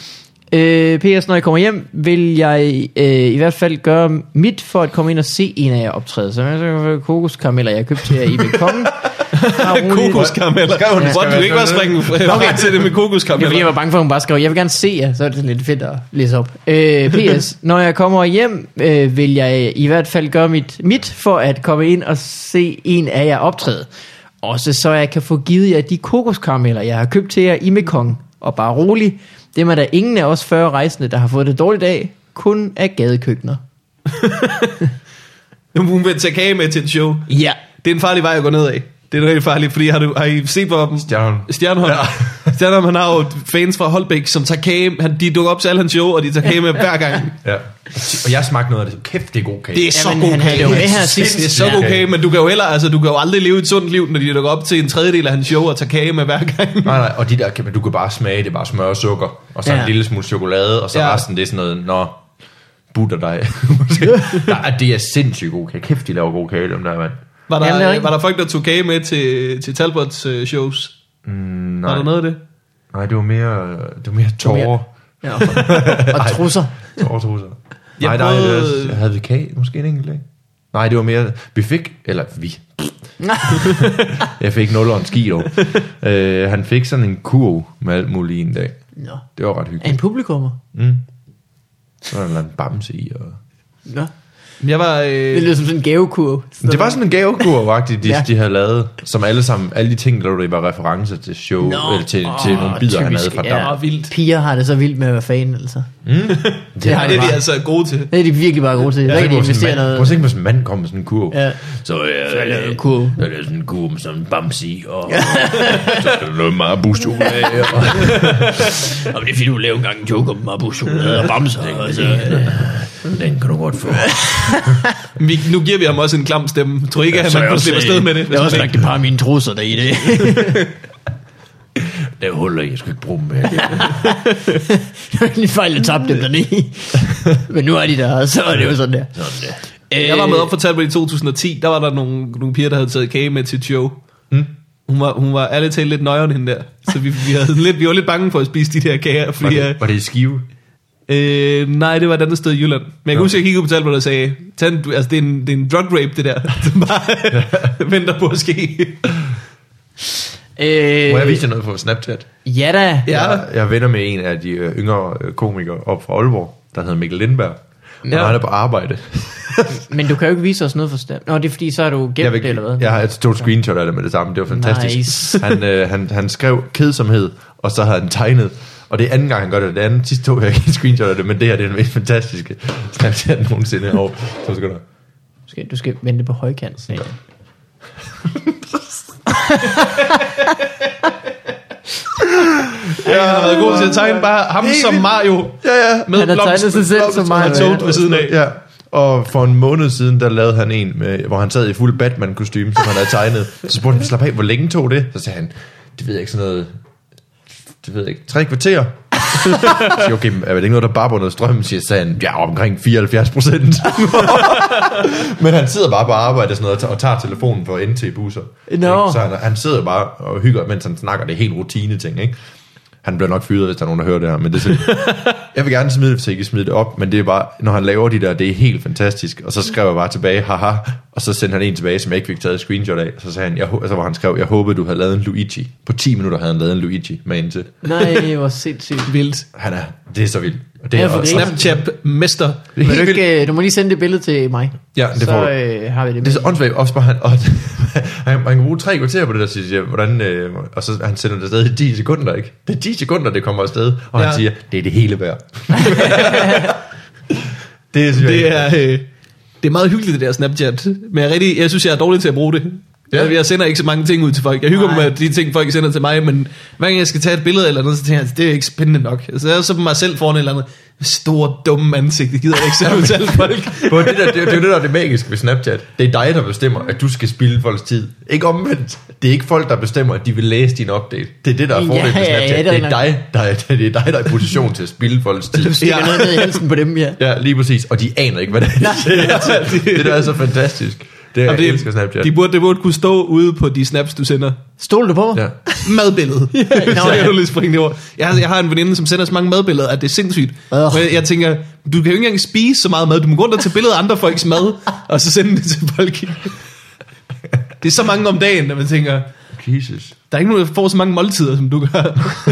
Øh, P S, når jeg kommer hjem, vil jeg øh, i hvert fald gøre mit for at komme ind og se en af jer optræde. Så jeg kokoskarameller, jeg har købt til jer i Bekongen. Kokoskarameller? Ja. Hvor du ikke bare springe okay. til det med kokoskarameller? Ja, fordi jeg var bange for, at hun bare skrev, jeg vil gerne se jer, så er det lidt fedt at læse op. Øh, P S, når jeg kommer hjem, øh, vil jeg i hvert fald gøre mit, mit for at komme ind og se en af jer optræde. Også så jeg kan få givet jer de kokoskarameller, jeg har købt til jer i Mekong. Og bare rolig, dem er der ingen af os fyrre rejsende, der har fået det dårligt af, kun af gadekøkkener. Hun vil tage kage med til et show. Ja. Det er en farlig vej at gå ned af. Det er rigtig farligt, fordi har, du, har I set på dem? Stjernholm. Stjernholm. Ja. Stjernholm, han har jo fans fra Holbæk, som tager kage. Han, de dukker op til alle hans show, og de tager kage med hver gang. Ja. Og jeg smagte noget af det. Kæft, det er god kage. Det er så Jamen, god kage. Det, det her sidst. Det er så god kage, men du kan jo heller, altså, du kan jo aldrig leve et sundt liv, når de dukker op til en tredjedel af hans show og tager kage med hver gang. Nej, nej, og de der, du kan bare smage, det er bare smør og sukker, og så ja. en lille smule chokolade, og så ja. resten, det er sådan noget, nå, butter dig. Det er sindssygt god kage. Kæft, de laver god kage, dem der, mand. Var der, Jamen, var der folk, der tog kage med til, til Talbots uh, shows? Mm, nej. Var der noget af det? Nej, det var mere, det var mere tårer. Ja, og, og trusser. Tårer, trusser. Jeg Nej, nej, prøvede- det havde vi kage, måske en enkelt dag. Nej, det var mere, vi fik, eller vi. Jeg fik nul og en ski dog. uh, han fik sådan en kurv med alt muligt i en dag. Nå. Det var ret Er hyggeligt. en publikummer? Mm. Så var der en bamse i. Og... Nå. Jeg var... Øh... Det lyder som sådan en gavekurv. Det var sådan en gavekurv-agtig, de, Ja. de havde lavet, som alle sammen, alle de ting, der var referencer til show, Nå. eller til, Åh, til nogle bidder, han havde typisk, fra ja. der. Åh, vildt. Piger har det så vildt med at være fan, altså. Mm. Det har Det de er de bare. altså gode til. Det er de virkelig bare gode til. Der Ja, kan de prøv at se, investere en mand- noget. prøv at tænke, hvis en mand kom med sådan en kurv. Ja. Så er Så er det en kurv. Så er det sådan en kurv med sådan en bamse i, og så er der noget Marabu-chokolade. Og... Og det er fordi, du laver engang en joke om Marabu-chokolade og bamser. Altså, Den kan du godt få. Vi, nu giver vi ham også en klam stemme. Tror ikke, at man kan slippe afsted med det. Jeg har også lagt et par af mine trusser der i det. Det er huller, jeg skal ikke bruge dem med. Det var lige fejl, at tabte dem dernede. Men nu er de der, og så er det jo sådan der. Sådan der. Jeg var med op for Talbot i to tusind og ti. Der var der nogle, nogle piger, der havde taget kage med til et show. Hmm? Hun var, hun var ærligt talt lidt nøjeren hende der. Så vi, vi, havde lidt, vi var lidt bange for at spise de der kager. Var Fordi, det, var det i Skive? øh, nej, det var et andet sted i Jylland. Men jeg kan huske, at jeg kiggede på Talbot og sagde, Tand, du, altså, det, er en, det er en drug rape, det der. Det bare venter på at ske. Øh, Må jeg vise jer noget på Snapchat? Ja da. Ja. Jeg, jeg er venner med en af de øh, yngre øh, komikere op fra Aalborg, der hedder Mikkel Lindberg. Ja. Og han er på arbejde. Men du kan jo ikke vise os noget for stemt. Nå, det er fordi, så er du gemt Jeg, det, eller hvad? jeg har et stort screenshot af det med det samme. Det var fantastisk. Nice. Han, øh, han, han skrev kedsomhed, og så havde han tegnet. Og det er anden gang, han gør det. Det andet sidste tog jeg ikke et screenshot af det, men det her det er den mest fantastiske Snapchat nogensinde over. Så skal du. Du skal, du skal vente på højkant. Ja. Ja, han har været god til at tegne bare ham Helt som vildt. Mario. Ja, ja. Med Han har tegnet sig selv som Mario. Og toget ved siden af. Ja. Og for en måned siden, der lavede han en, med, hvor han sad i fuld Batman-kostyme, som han havde tegnet. Så spurgte han, slap af, hvor længe tog det? Så sagde han, det ved jeg ikke, sådan noget, det ved jeg ikke, tre kvarter. Så siger, okay, er det ikke noget, der bare på noget strøm? Så sagde han, ja, omkring fireoghalvfjerds procent. Men han sidder bare på arbejde og, sådan noget, og tager telefonen for N T-busser. Nå. Så han, han sidder bare og hygger, mens han snakker. Det er helt rutine ting, ikke? Han bliver nok fyret, hvis der er nogen, der hører det her. Men det er jeg vil gerne smide det, hvis jeg ikke smide det op. Men det er bare, når han laver de der, det er helt fantastisk. Og så skrev jeg bare tilbage, haha. Og så sendte han en tilbage, som jeg ikke fik taget et screenshot af. Så sagde han, jeg, altså, hvor han skrev, jeg håbede, du havde lavet en Luigi. På ti minutter havde han lavet en Luigi med indtil. Nej, hvor sindssygt. Vildt. Han er, det er så vildt. Og det Ja, er for også, det er- Snapchat-mester. det er Vil helt du, vildt. ikke, øh, du må lige sende det billede til mig. Ja, det får så du. øh, har vi det. Det er så åndssvagt også bare, han, og, han, han kan bruge tre kvarter på det der, siger jeg, hvordan, øh, og så han sender det afsted i ti sekunder, ikke? Det er ti sekunder, det kommer afsted, og ja. Ja. han siger, det er det hele værd. det er, synes jeg, Det er, øh, det er meget hyggeligt, det der Snapchat. Men jeg, er rigtig, jeg synes, jeg er dårlig til at bruge det. Ja. Ja. Jeg sender ikke så mange ting ud til folk. Jeg hygger mig Nej. med de ting, folk sender til mig, men hver gang jeg skal tage et billede eller noget, så tænker jeg, det er ikke spændende nok. Så jeg er så på mig selv foran et eller andet store, dumme ansigt. Det gider jeg ikke selv ud til alle folk. På det, der, det, det er jo det, der er det magiske ved Snapchat. Det er dig, der bestemmer, at du skal spilde folks tid. Ikke omvendt. Det er ikke folk, der bestemmer, at de vil læse din update. Det er det, der er Ja, fordelen ved ja, ja, Snapchat. det er det, er dig, der er, det er dig, der er i position til at spilde folks tid. Du stikker Ja. noget ned i halsen på dem, ja. Ja, lige præcis. Og de aner ikke, hvad det er. Det der er så fantastisk. Det er, Og jeg elsker Snapchat. de burde, det burde kunne stå ude på de snaps, du sender. Stol du på mig? Ja. Madbillede. Nå, Så ja. jeg jo lige springe det over. Jeg har, jeg har en veninde, som sender så mange madbilleder, at det er sindssygt. Øh. Men jeg, jeg tænker, du kan jo ikke engang spise så meget mad. Du må gå rundt og tage billeder af andre folks mad, og så sende det til folk. Det er så mange om dagen, at man tænker, Jesus. der er ikke nogen, der får så mange måltider, som du gør.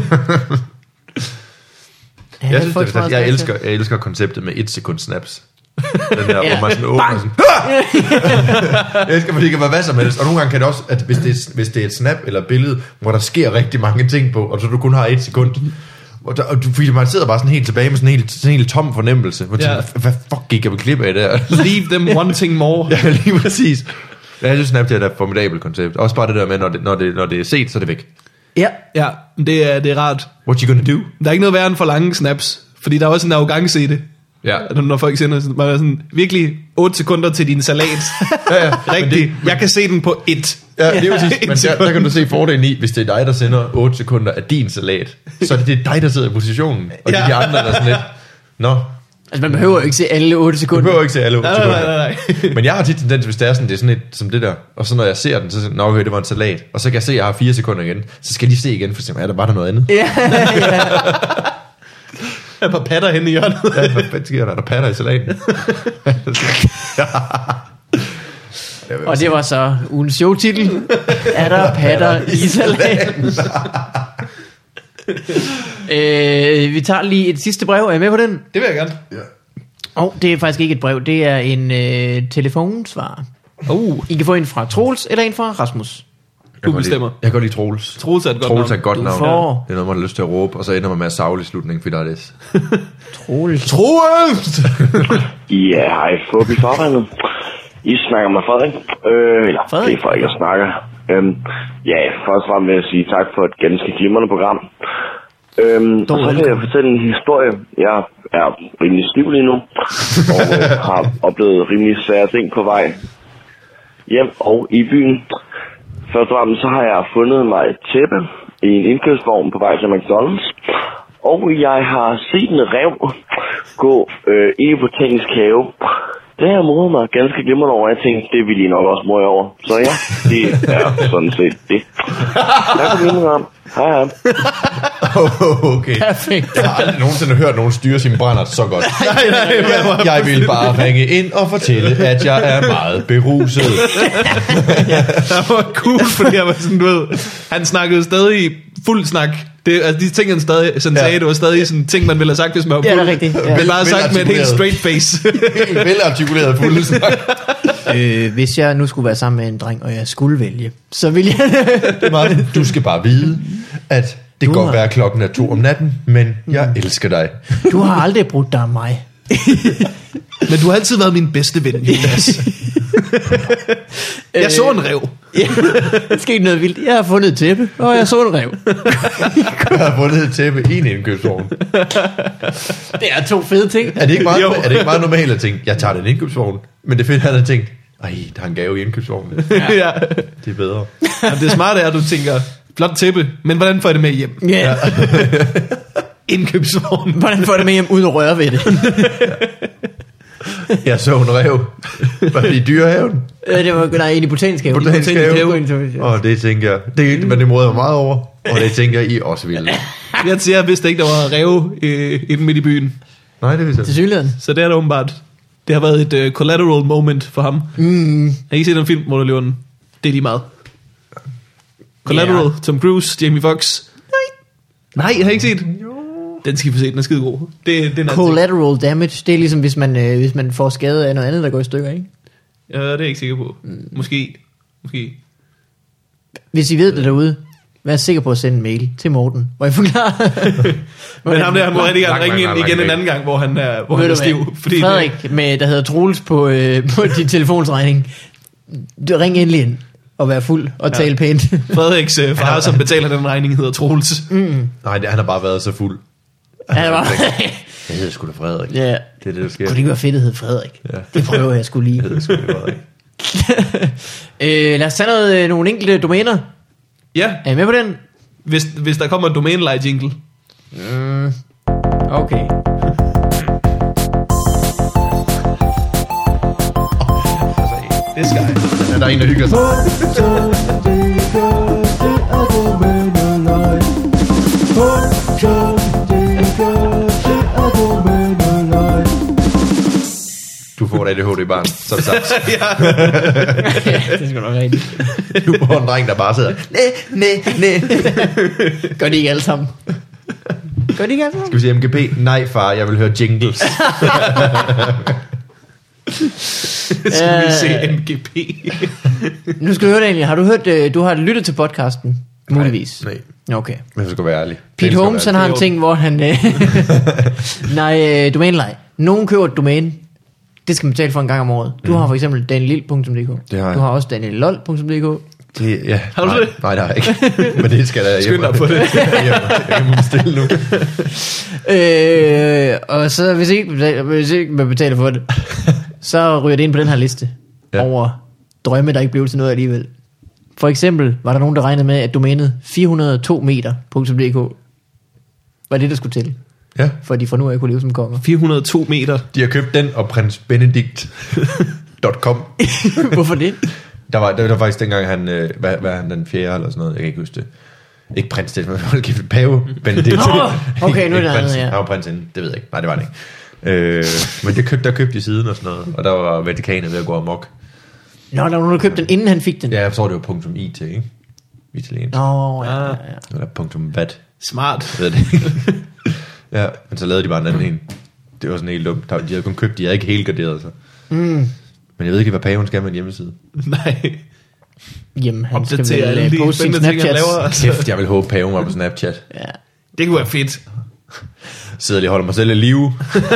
Ja, Jeg, synes, folk det, får er, også jeg, meget elsker, jeg elsker konceptet med et sekund snaps. Den der, Ja. hvor man sådan åbner sådan, jeg elsker, fordi det kan være hvad som helst. Og nogle gange kan det også, at hvis det, er, hvis det er et snap eller et billede, hvor der sker rigtig mange ting på, og så du kun har et sekund, og, der, og du, fordi man sidder bare sådan helt tilbage med sådan en helt, sådan en helt tom fornemmelse. Hvor Ja. ja. tænker, hvad fuck gik jeg på klip af der? Leave them wanting more. Ja, lige præcis. Ja, jeg synes Snapchat er et formidabelt koncept. Også bare det der med, når det, når det, når det er set, så er det væk. Ja. Ja, det er, det er rart. What you gonna do? Der er ikke noget værre end for lange snaps, fordi der er også en arrogance i det. Ja. Når folk sender sådan, man er sådan virkelig otte sekunder til din salat. Ja, ja. Rigtigt. Jeg kan se den på et. Ja, det er jo sidst, Et men der, sekund. der kan du se fordelen i, hvis det er dig, der sender otte sekunder af din salat, så er det, det er dig, der sidder i positionen, og ja. Ja. de, de andre, der er sådan lidt, nå, Altså man behøver jo ikke se alle otte sekunder. Du behøver ikke se alle otte Nej, sekunder. nej, nej, nej. Men jeg har tit tendens, hvis det er sådan, det er sådan et, som det der, og så når jeg ser den, så siger jeg, okay, det var en salat, og så kan jeg se, at jeg har fire sekunder igen, så skal jeg lige se igen, for eksempel, er der bare der noget andet? Ja, ja. Der er et par patter henne i hjørnet. Ja, hvad fanden sker der? Er der patter i salaten? Og det var så ugens showtitel. Er der patter i salaten? øh, vi tager lige et sidste brev. Er I med på den? Det vil jeg gerne. Ja. Og oh, det er faktisk ikke et brev. Det er en øh, telefonsvar. Oh, I kan få en fra Troels eller en fra Rasmus. du bestemmer. Jeg kan godt lide Troels. Troels er et godt Troels er navn. et godt Du navn. får- Det er noget, man har lyst til at råbe, og så ender man med at savle i slutningen, fordi der er det. Troels. Troels! Ja, hej, Fubi Farvandet. I snakker med Frederik. Øh, eller, Frederik? det er Frederik, jeg snakker. Øhm, ja, først og fremmest vil jeg sige tak for et ganske glimrende program. Øhm, og så vil jeg fortælle en historie. Jeg er rimelig stiv lige nu, og øh, har oplevet rimelig svære ting på vej hjem og i byen. Først og fremmest så har jeg fundet mig et tæppe i en indkøbsvogn på vej til McDonald's. Og jeg har set en ræv gå øh, i botanisk have. Det har jeg modet mig ganske glimrende over. Jeg tænkte, det ville I nok også mode over. Så ja, det er sådan set det. Tak for min ram. Hej hej. Okay. Perfekt. Jeg har aldrig nogensinde hørt nogen styre sin brænder så godt. Nej, nej, nej. Jeg vil bare ringe ind og fortælle, at jeg er meget beruset. Det var cool, fordi jeg var sådan, du ved, han snakkede stadig fuld snak. Det, altså de ting, han stadig sådan Ja. sagde, det var stadig sådan ting, man ville have sagt, hvis man var Ja, fuld. det er rigtigt. Ja. Men bare sagt med et helt Velartikuleret. straight face. Helt velartikuleret fuldesnak. Øh, hvis jeg nu skulle være sammen med en dreng, og jeg skulle vælge, så ville jeg... Martin, du skal bare vide, at det Du kan har- godt være klokken er to om natten, men jeg elsker dig. Du har aldrig brudt dig af mig. Men du har altid været min bedste ven, Jonas. Jeg så en rev. Ja, der skete noget vildt. Jeg har fundet et tæppe, og jeg så en rev. Jeg har fundet et tæppe i en indkøbsvogn. Det er to fede ting. Er det ikke meget, Jo. er det ikke meget normalt at tænke, jeg tager den indkøbsvogn? Men det fedt, han har tænkt, ej, der er en gave i indkøbsvognen. Ja. Det er bedre. Jamen, det smarte er, at du tænker, flot tæppe, men hvordan får jeg det med hjem? Ja. Indkøbsvognen. Hvordan får jeg det med hjem uden at røre ved det? Jeg så en rev. Var det i dyrehaven? Øh, det var nej, i botanisk have. Botanisk have. have. Og det tænker jeg, det, men det måder jeg meget over. Og det tænker I også ville. Jeg siger, jeg vidste ikke, der var rev øh, inde midt i byen. Nej, det vidste Til jeg. synligheden. Så det er da åbenbart. Det har været et uh, collateral moment for ham. Mm. Har I set en film, hvor der lever en? Det er lige meget. Collateral, Ja. Tom Cruise, Jamie Foxx. Nej. Nej, jeg har ikke set. Den skal vi få se, den er skide god. Det, det er en anden ting. Collateral damage, det er ligesom hvis man, øh, hvis man får skade af noget andet, der går i stykker, ikke? Ja, det er jeg ikke sikker på. Måske. Måske. Hvis I ved det derude, vær sikker på at sende en mail til Morten, hvor I forklarer. Men ham der, han må rigtig gerne Lang, ringe lang, ind lang, igen lang en mail. anden gang, hvor han er, hvor Ved han er du stiv. hvad? Fordi Frederik, med, der hedder Troels på, øh, på din telefonsregning. Du ring endelig ind og vær fuld og tale pænt. det, Frederiks øh, far, som betaler den regning, hedder Troels. Mm. Nej, det, han har bare været så fuld. Ja, var... Jeg hedder sgu da Frederik. ja. Det er det, der sker. Kunne det ikke være fedt, at hedde Frederik? Ja. Det prøver jeg skulle lige. Jeg hedder sgu da Frederik. øh, lad os tage noget, øh, nogle enkelte domæner. Ja, Er I med på den? hvis, hvis der kommer en domænelej jingle. Mm. Okay. Det skal jeg. Ja, der er en, der hygger sig. Du får et A D H D-barn, som sagt. Ja, det er sgu nok rigtigt. Du får en dreng, der bare sidder. Næ, næ, næ. Gør de ikke alle sammen? Gør de ikke alle sammen? Skal vi sige M G P? Nej, far, jeg vil høre jingles. Skal vi se M G P? Nu skal du høre det egentlig. Har du hørt, øh, du har lyttet til podcasten? Muligvis. Nej, Okay. men jeg skal være ærlig. Pete Jeg Holmes, skal han være har en ting, hvor han... Øh, nej, øh, domænelej. Nogen køber et domæne. Det skal man betale for en gang om året. Du har for eksempel daniel punktum d k. Det har jeg. Du har også daniel lol punktum d k. ærlig. Det, ja, Har du nej, det? Nej, det har jeg ikke. Men det skal der Skynd dig på det. Jeg må bestille nu. Øh, og så hvis ikke, betaler, hvis ikke man betaler for det, så ryger det ind på den her liste Ja. ja. over drømme, der ikke blev til noget alligevel. For eksempel var der nogen, der regnede med, at domænet fire hundrede og to meter punktum d k var det, der skulle til. Ja. For de fra nu af kunne leve som konger. fire hundrede og to meter. De har købt den og prins benedikt punktum com. Hvorfor det? Der var, der var faktisk dengang, han, øh, hvad, hvad er han, den fjerde eller sådan noget, jeg kan ikke huske det. Ikke prins, det var givet pave, Benedikt. Nå, okay, nu er det prins, andet, ja. Han var prins inden, det ved jeg ikke. Nej, det var det ikke. Øh, men det købte, der købte de siden og sådan noget, og der var Vatikanet ved at gå amok. Nå, der var nogen, der købte den, inden han fik den. Ja, jeg forstår, det var punktum .it, ikke? Italiensk. Nå, ja, ja, ja. Eller punktum .vat. Smart. Jeg ved det ikke. Ja, men så lavede de bare en anden en. Det var sådan helt dumt. De havde kun købt, de havde ikke helt garderet sig. Mm. Men jeg ved ikke, hvad paven skal med en hjemmeside. Nej. Jamen, han skal Opdatere vel alle uh, de poste sin spændende ting, han Snapchat. laver. Altså. Kæft, jeg vil håbe, paven var på Snapchat. Ja. Det kunne være fedt. Sidder lige og holder mig selv i live.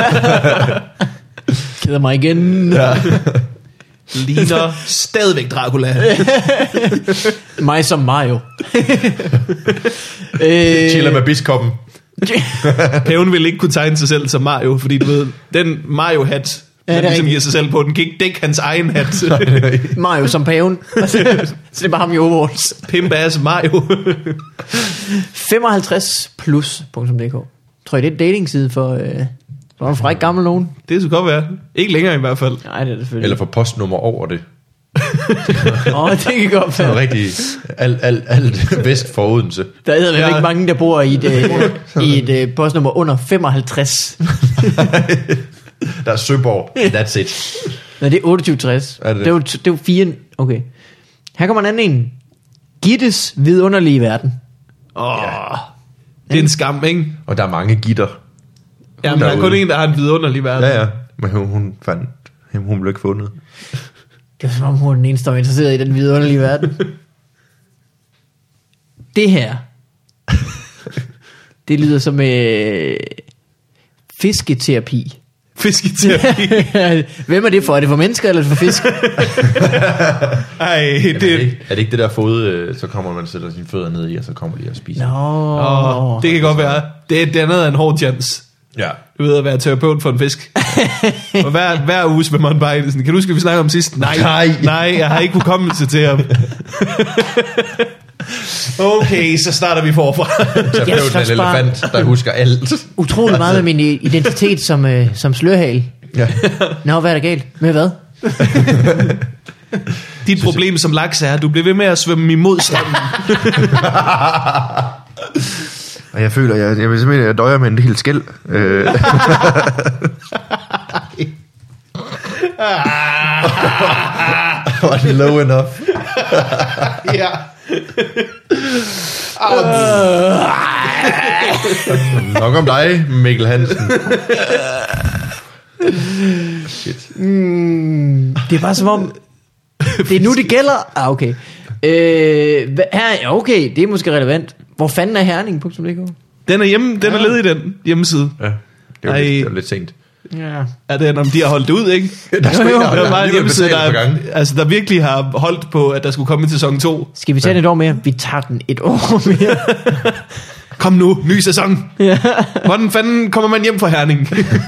Keder mig igen. Ja. Ligner stadigvæk Dracula. Mig som Mario. øh, Chiller med biskoppen. Paven ville ikke kunne tegne sig selv som Mario, fordi du ved, den Mario-hat, Ja, ja, det man er ligesom rigtigt. giver sig selv på, den kan ikke dække hans egen hat. Mario som paven. Så det er bare ham i overalls. Pimp-ass Mario. femoghalvtreds plus punktum d k. Tror I, det er en datingside for, øh, for en fræk gammel nogen? Det skulle godt være. Ikke længere i hvert fald. Nej, det er det selvfølgelig. Eller for postnummer over det. Åh, oh, det kan godt Det er være. rigtig alt, alt, alt vest for Odense. Der er Ja. ja. ikke mange, der bor i et, øh, i et øh, postnummer under femoghalvtreds. Der er Søborg. That's it. Nej, det er otteogtyve tres. Er det det? Det er jo, det er jo fire... Okay. Her kommer en anden en. Gittes vidunderlige verden. Åh, det er en skam, ikke? Og der er mange gitter. Ja, men der er derude. kun en, der har en vidunderlig verden. Ja, ja. Men hun, hun fandt... Hun blev ikke fundet. Det er som om, hun er den eneste, der er interesseret i den vidunderlige verden. Det her. Det lyder som øh, fisketerapi. Fisketerapi. Hvem er det for? Er det for mennesker eller for fisk? Ej, Jamen, er, det det... ikke, er det ikke det der fod, øh, så kommer man og sætter sine fødder ned i, og så kommer de og spiser? Nå. Åh, det kan godt være. Det, det er noget af en hård chance. Ja. Du ved at være terapeut for en fisk. Og hver, hver uge svømmer han bare i det. Sådan, kan du huske, at vi snakkede om sidst? Nej, Nej. nej, jeg har ikke hukommelse til ham. Okay, så starter vi forfra. Så blev den synes en bare- elefant, der husker alt. Utrolig meget med min identitet som, øh, som slørhal. Ja. Nå, hvad er der galt? Med hvad? Dit problem som laks er, at du bliver ved med at svømme imod strømmen. Og jeg føler, jeg, jeg vil simpelthen, jeg døjer med en helt skæld. Øh. Var det low enough? Ja. Nok om dig, Mikkel Hansen. Shit. Mm, det er bare som om, det er nu, det gælder. Ah, okay. Øh, hvad- her, ja, okay, det er måske relevant. Hvor fanden er herning punktum d k? Den er hjemme, den er ledig i den hjemmeside. Ja, det var, Ej. lidt, det var lidt sent. Ja. Er det, om de har holdt det ud, ikke? Der skulle Jo, jo, ikke- Der var bare en alligevel hjemmeside, betalt et par der, gange. altså, der virkelig har holdt på, at der skulle komme en sæson to. Skal vi tage den et år mere? Vi tager den et år mere. Kom nu, ny sæson. Ja. Hvordan fanden kommer man hjem fra Herning?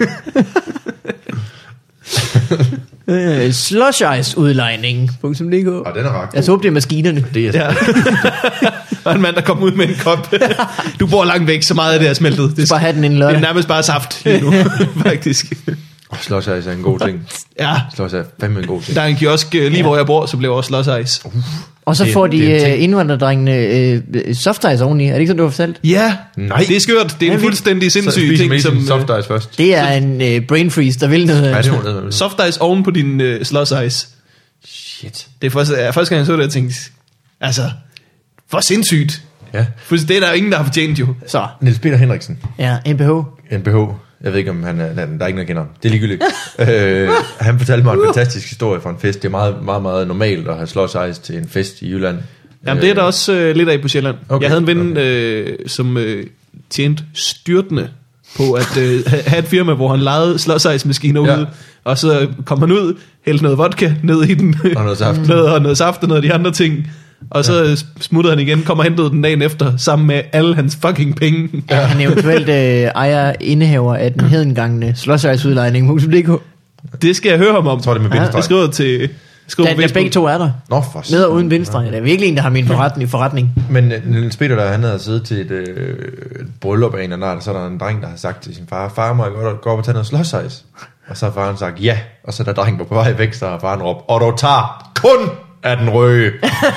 Øh, slush ice udlejning punktum d k. Og den er ret Jeg så håber, det er maskinerne. Det er Ja. Der er en mand, der kommer ud med en kop. Du bor langt væk, så meget af det er smeltet. Det Bare have den en det lørdag. er nærmest bare saft lige nu, faktisk. Slås er en god ting. Ja, Slås er fandme en god ting. der er en kiosk øh, lige, hvor jeg bor, så blev også Loss Ice. Og så Det er- får de det er en ting. øh, indvandrerdrengene øh, soft ice oveni. Er det ikke sådan, du har fortalt? Ja, Nej. det er skørt. Det er en fuldstændig Så sindssyg spiser ting, man som... som soft øh, ice først. Det er en øh, brain freeze, der vil noget. Ja, det må det Soft ice oven på din øh, Slush Ice. Shit. Det er første, ja, første gang, jeg så det, jeg tænkte, altså, for sindssygt. Ja. For det er der jo ingen, der har fortjent jo. Så, Niels Peter Henriksen. ja, N P H. N B H. Jeg ved ikke, om han er... Der er ikke noget, jeg kender ham. Det er ligegyldigt. øh, han fortalte mig en fantastisk historie fra en fest. Det er meget, meget, meget normalt at have slås ice til en fest i Jylland. Jamen, det er der også øh, lidt af på Sjælland. Okay, Jeg havde en ven, okay. øh, som øh, tjente styrtende på at øh, ha- have et firma, hvor han lejede slåsejsmaskiner Ja. ude, og så kom han ud, hældte noget vodka ned i den, Og noget saft. noget, og noget saft og noget af de andre ting, og så ja. smuttede han igen, kom og hentede den dagen efter, sammen med alle hans fucking penge. Ja. Han eventuelt øh, ejer indehaver af den hedengangne slush ice udlejning punktum d k. Det skal jeg høre ham om. Jeg tror, det er med Jeg bindestreg. skriver til, Skriv Da, da begge to er der. Nå, for Med og uden venstre. Det er virkelig en, der har min forretning. forretning. Men uh, Niels Peter, der han havde siddet til et, øh, et bryllup af en eller anden, så er der en dreng, der har sagt til sin far, far, må jeg godt gå op og tage noget slåsejs? Og så har faren sagt ja, og så da drengen var på vej væk, så har faren råbt, og du tager kun af den røde.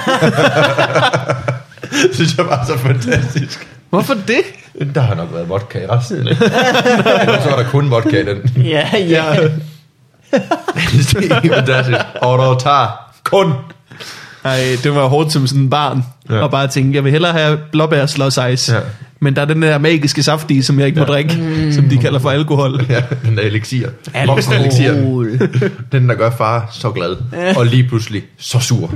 Det synes jeg var så fantastisk. Hvorfor det? Der har nok været vodka i resten. Så var der kun vodka i den. Ja, ja. Det er fantastisk. Og du tager kun. Ej, det var hårdt som sådan en barn. Ja. Og bare tænke, jeg vil hellere have blåbær slåsejs. Ja. Men der er den der magiske saft i, som jeg ikke må drikke, mm. som de kalder for alkohol. Ja, den der elixir. Voksen elixir. Den, der gør far så glad. Og lige pludselig så sur.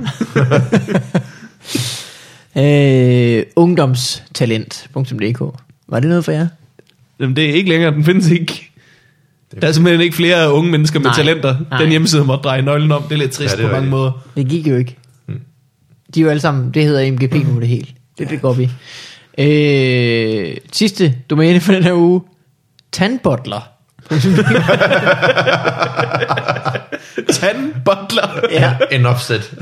øh, ungdomstalent punktum d k. Var det noget for jer? Jamen, det er ikke længere, den findes ikke. Der er simpelthen ikke flere unge mennesker med Nej. talenter. Nej. Den hjemmeside måtte dreje nøglen om. Det er lidt trist Ja, det er på mange rigtigt. måder. Det gik jo ikke. De er jo alle sammen, det hedder M G P nu det hele. Det, det går vi. Øh, sidste domæne for den her uge. Tandbottler. Tandbottler. Ja. En offset.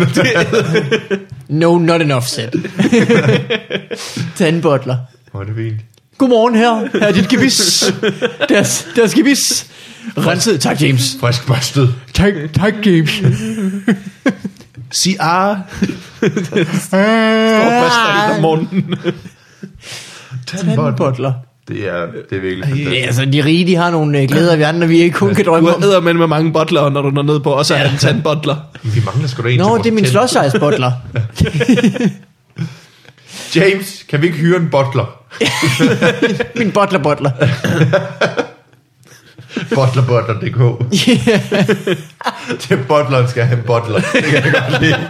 No, not an offset. Tandbottler. Hvor er det fint. Godmorgen her. Her er dit gebis. Deres, deres gebis. Renset. Tak, James. Frisk børstet. Tak, tak, James. Sig ah. Står først om morgenen. Tandbottler. Det er, det er virkelig fantastisk. Ja, altså, de rige, de har nogle øh, glæder, vi andre, vi ikke kun kan Du drømme om. har med med mange bottler, når du når ned på, og så er en tandbottler. Vi mangler sgu da en Nå, til det er min vores tænd. slåsejsbottler. James, kan vi ikke hyre en bottler? Min bottler-bottler. bottler bottler punktum d k. Det er bottleren skal have en bottler. Det kan jeg godt lide.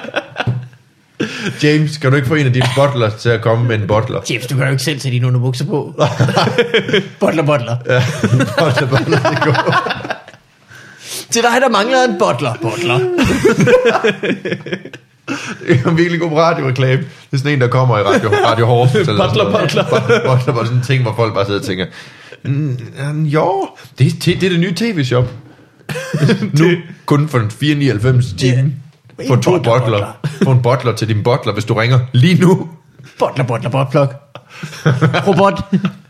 James, kan du ikke få en af dine bottlers til at komme med en bottler? James, du kan jo ikke selv tage dine underbukser på. Bottler-bottler. Ja, bottler bottler punktum d k. Til dig, der mangler en bottler-bottler. Det er en virkelig god radioreklame. Det er sådan en, der kommer i Radio, radio Horsens. eller sådan Bottler, noget. bottler. Bottler, bottler, sådan en ting, hvor folk bare sidder og tænker, mm, jo, det, er- det er det nye tv-shop. Nu kun for fire nioghalvfems timen. Få En to bottler, bottler. Få en bottler til din bottler, hvis du ringer lige nu. Bottler-bottler-bottler. Robot.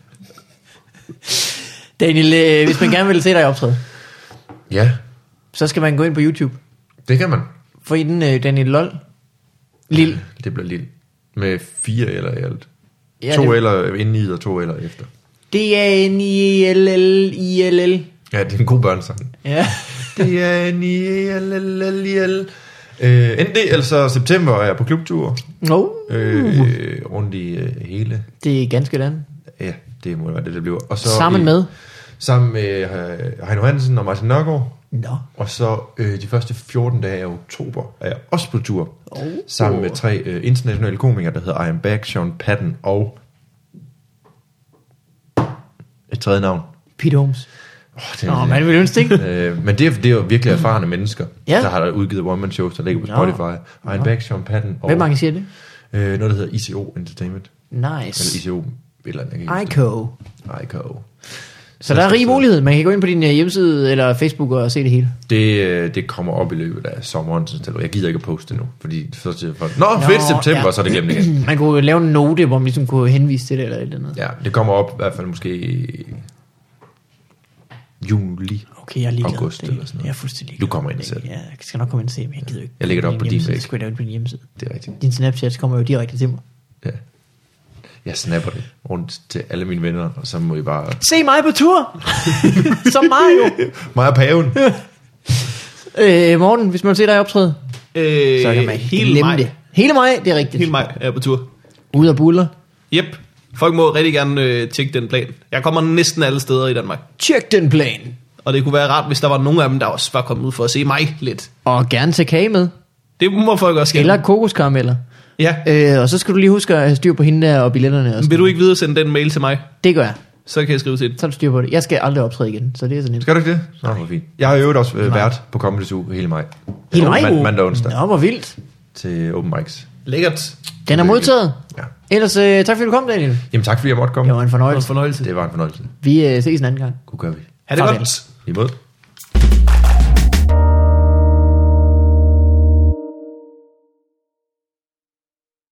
Daniel, øh, hvis man gerne vil se dig optræde, Ja, så skal man gå ind på YouTube. det kan man. For i den øh, Daniel Lol. Lille. Det bliver lille. Med fire eller i alt. Ja, to det- eller inden i og to eller efter. D A N I L L I L L. Ja, det er en god børnesang. Ja. Det er N I L L L I L. Øh, N D, altså september, er jeg på klubtur. No. Øh, rundt i øh, hele. Det er ganske dan. Ja, det må være det, det bliver. Og så Sammen i, med? Sammen med øh, Heino Hansen og Martin Nørgaard. Nå. Og så øh, de første fjorten dage af oktober er jeg også på tur. Oh. Sammen med tre øh, internationale komikere, der hedder I Am Back, Sean Patton og et tredje navn. Pete Holmes. Oh, det Nå, man vil ønske ikke. øh, men det er, det er jo virkelig erfarne mennesker, Ja. der har udgivet one-man-shows, der ligger på Nå. Spotify. I Am Back, Sean Patton og Hvem arrangerer det? øh, noget, der hedder I C O Entertainment. Eller Nice. I C O, et eller andet. jeg kan ikke I C O. huske det. I C O. Så der er rig mulighed. Man kan gå ind på din øh, hjemmeside eller Facebook og se det hele. Det, øh, det kommer op i løbet af sommeren, synes jeg. Jeg gider ikke at poste det nu, fordi så siger folk, Nå, Nå, fedt september, ja. så er det glemt igen. Man kunne lave en note, hvor man ligesom kunne henvise til det eller et eller andet. Ja, det kommer op i hvert fald måske i juli. Okay, jeg er ligeglad. August Det- eller sådan noget. Jeg er fuldstændig ligeglad. Du kommer ind og ser det. Ja, jeg skal nok komme ind og se, men jeg gider ikke. Jeg lægger det op på din hjemmeside. væg. Det skulle jeg lave på din hjemmeside. Det er rigtigt. Din Snapchat kommer jo direkte til mig. Ja. Jeg snapper det rundt til alle mine venner, og så må I bare... Se mig på tur! Som Mario! Mig og paven. øh, Morten, hvis man vil se dig optræde, Øh, så kan man hele glemme maj. det. Hele mig, det er rigtigt. Hele maj er jeg på tur. Ude af buller. Yep. Folk må rigtig gerne øh, tjekke den plan. Jeg kommer næsten alle steder i Danmark. Tjek den plan. Og det kunne være rart, hvis der var nogen af dem, der også var kommet ud for at se mig lidt. Og gerne tage kage med. Det må folk også gerne. Eller kokoskarameller. Ja. Øh, og så skal du lige huske at have styr på hende der og billetterne. Og Vil du ikke videre sende den mail til mig? Det gør jeg. Så kan jeg skrive til det. Så er du styr på det. Jeg skal aldrig optræde igen, så det er så nemt. Skal du ikke det? Nå, hvor fint. Jeg har jo øvrigt også øh, været på Comedy Zoo hele maj. Hele maj? Man, mandag og onsdag Nå, hvor vildt. til open mics. Lækkert. Den er modtaget. Ja. Ellers øh, tak fordi du kom, Daniel. Jamen tak fordi jeg måtte komme. Det var en Det var en fornøjelse. fornøjelse. Det var en fornøjelse. Vi øh, ses en anden gang. God gør vi. Ha' det Farvel. godt. I måde.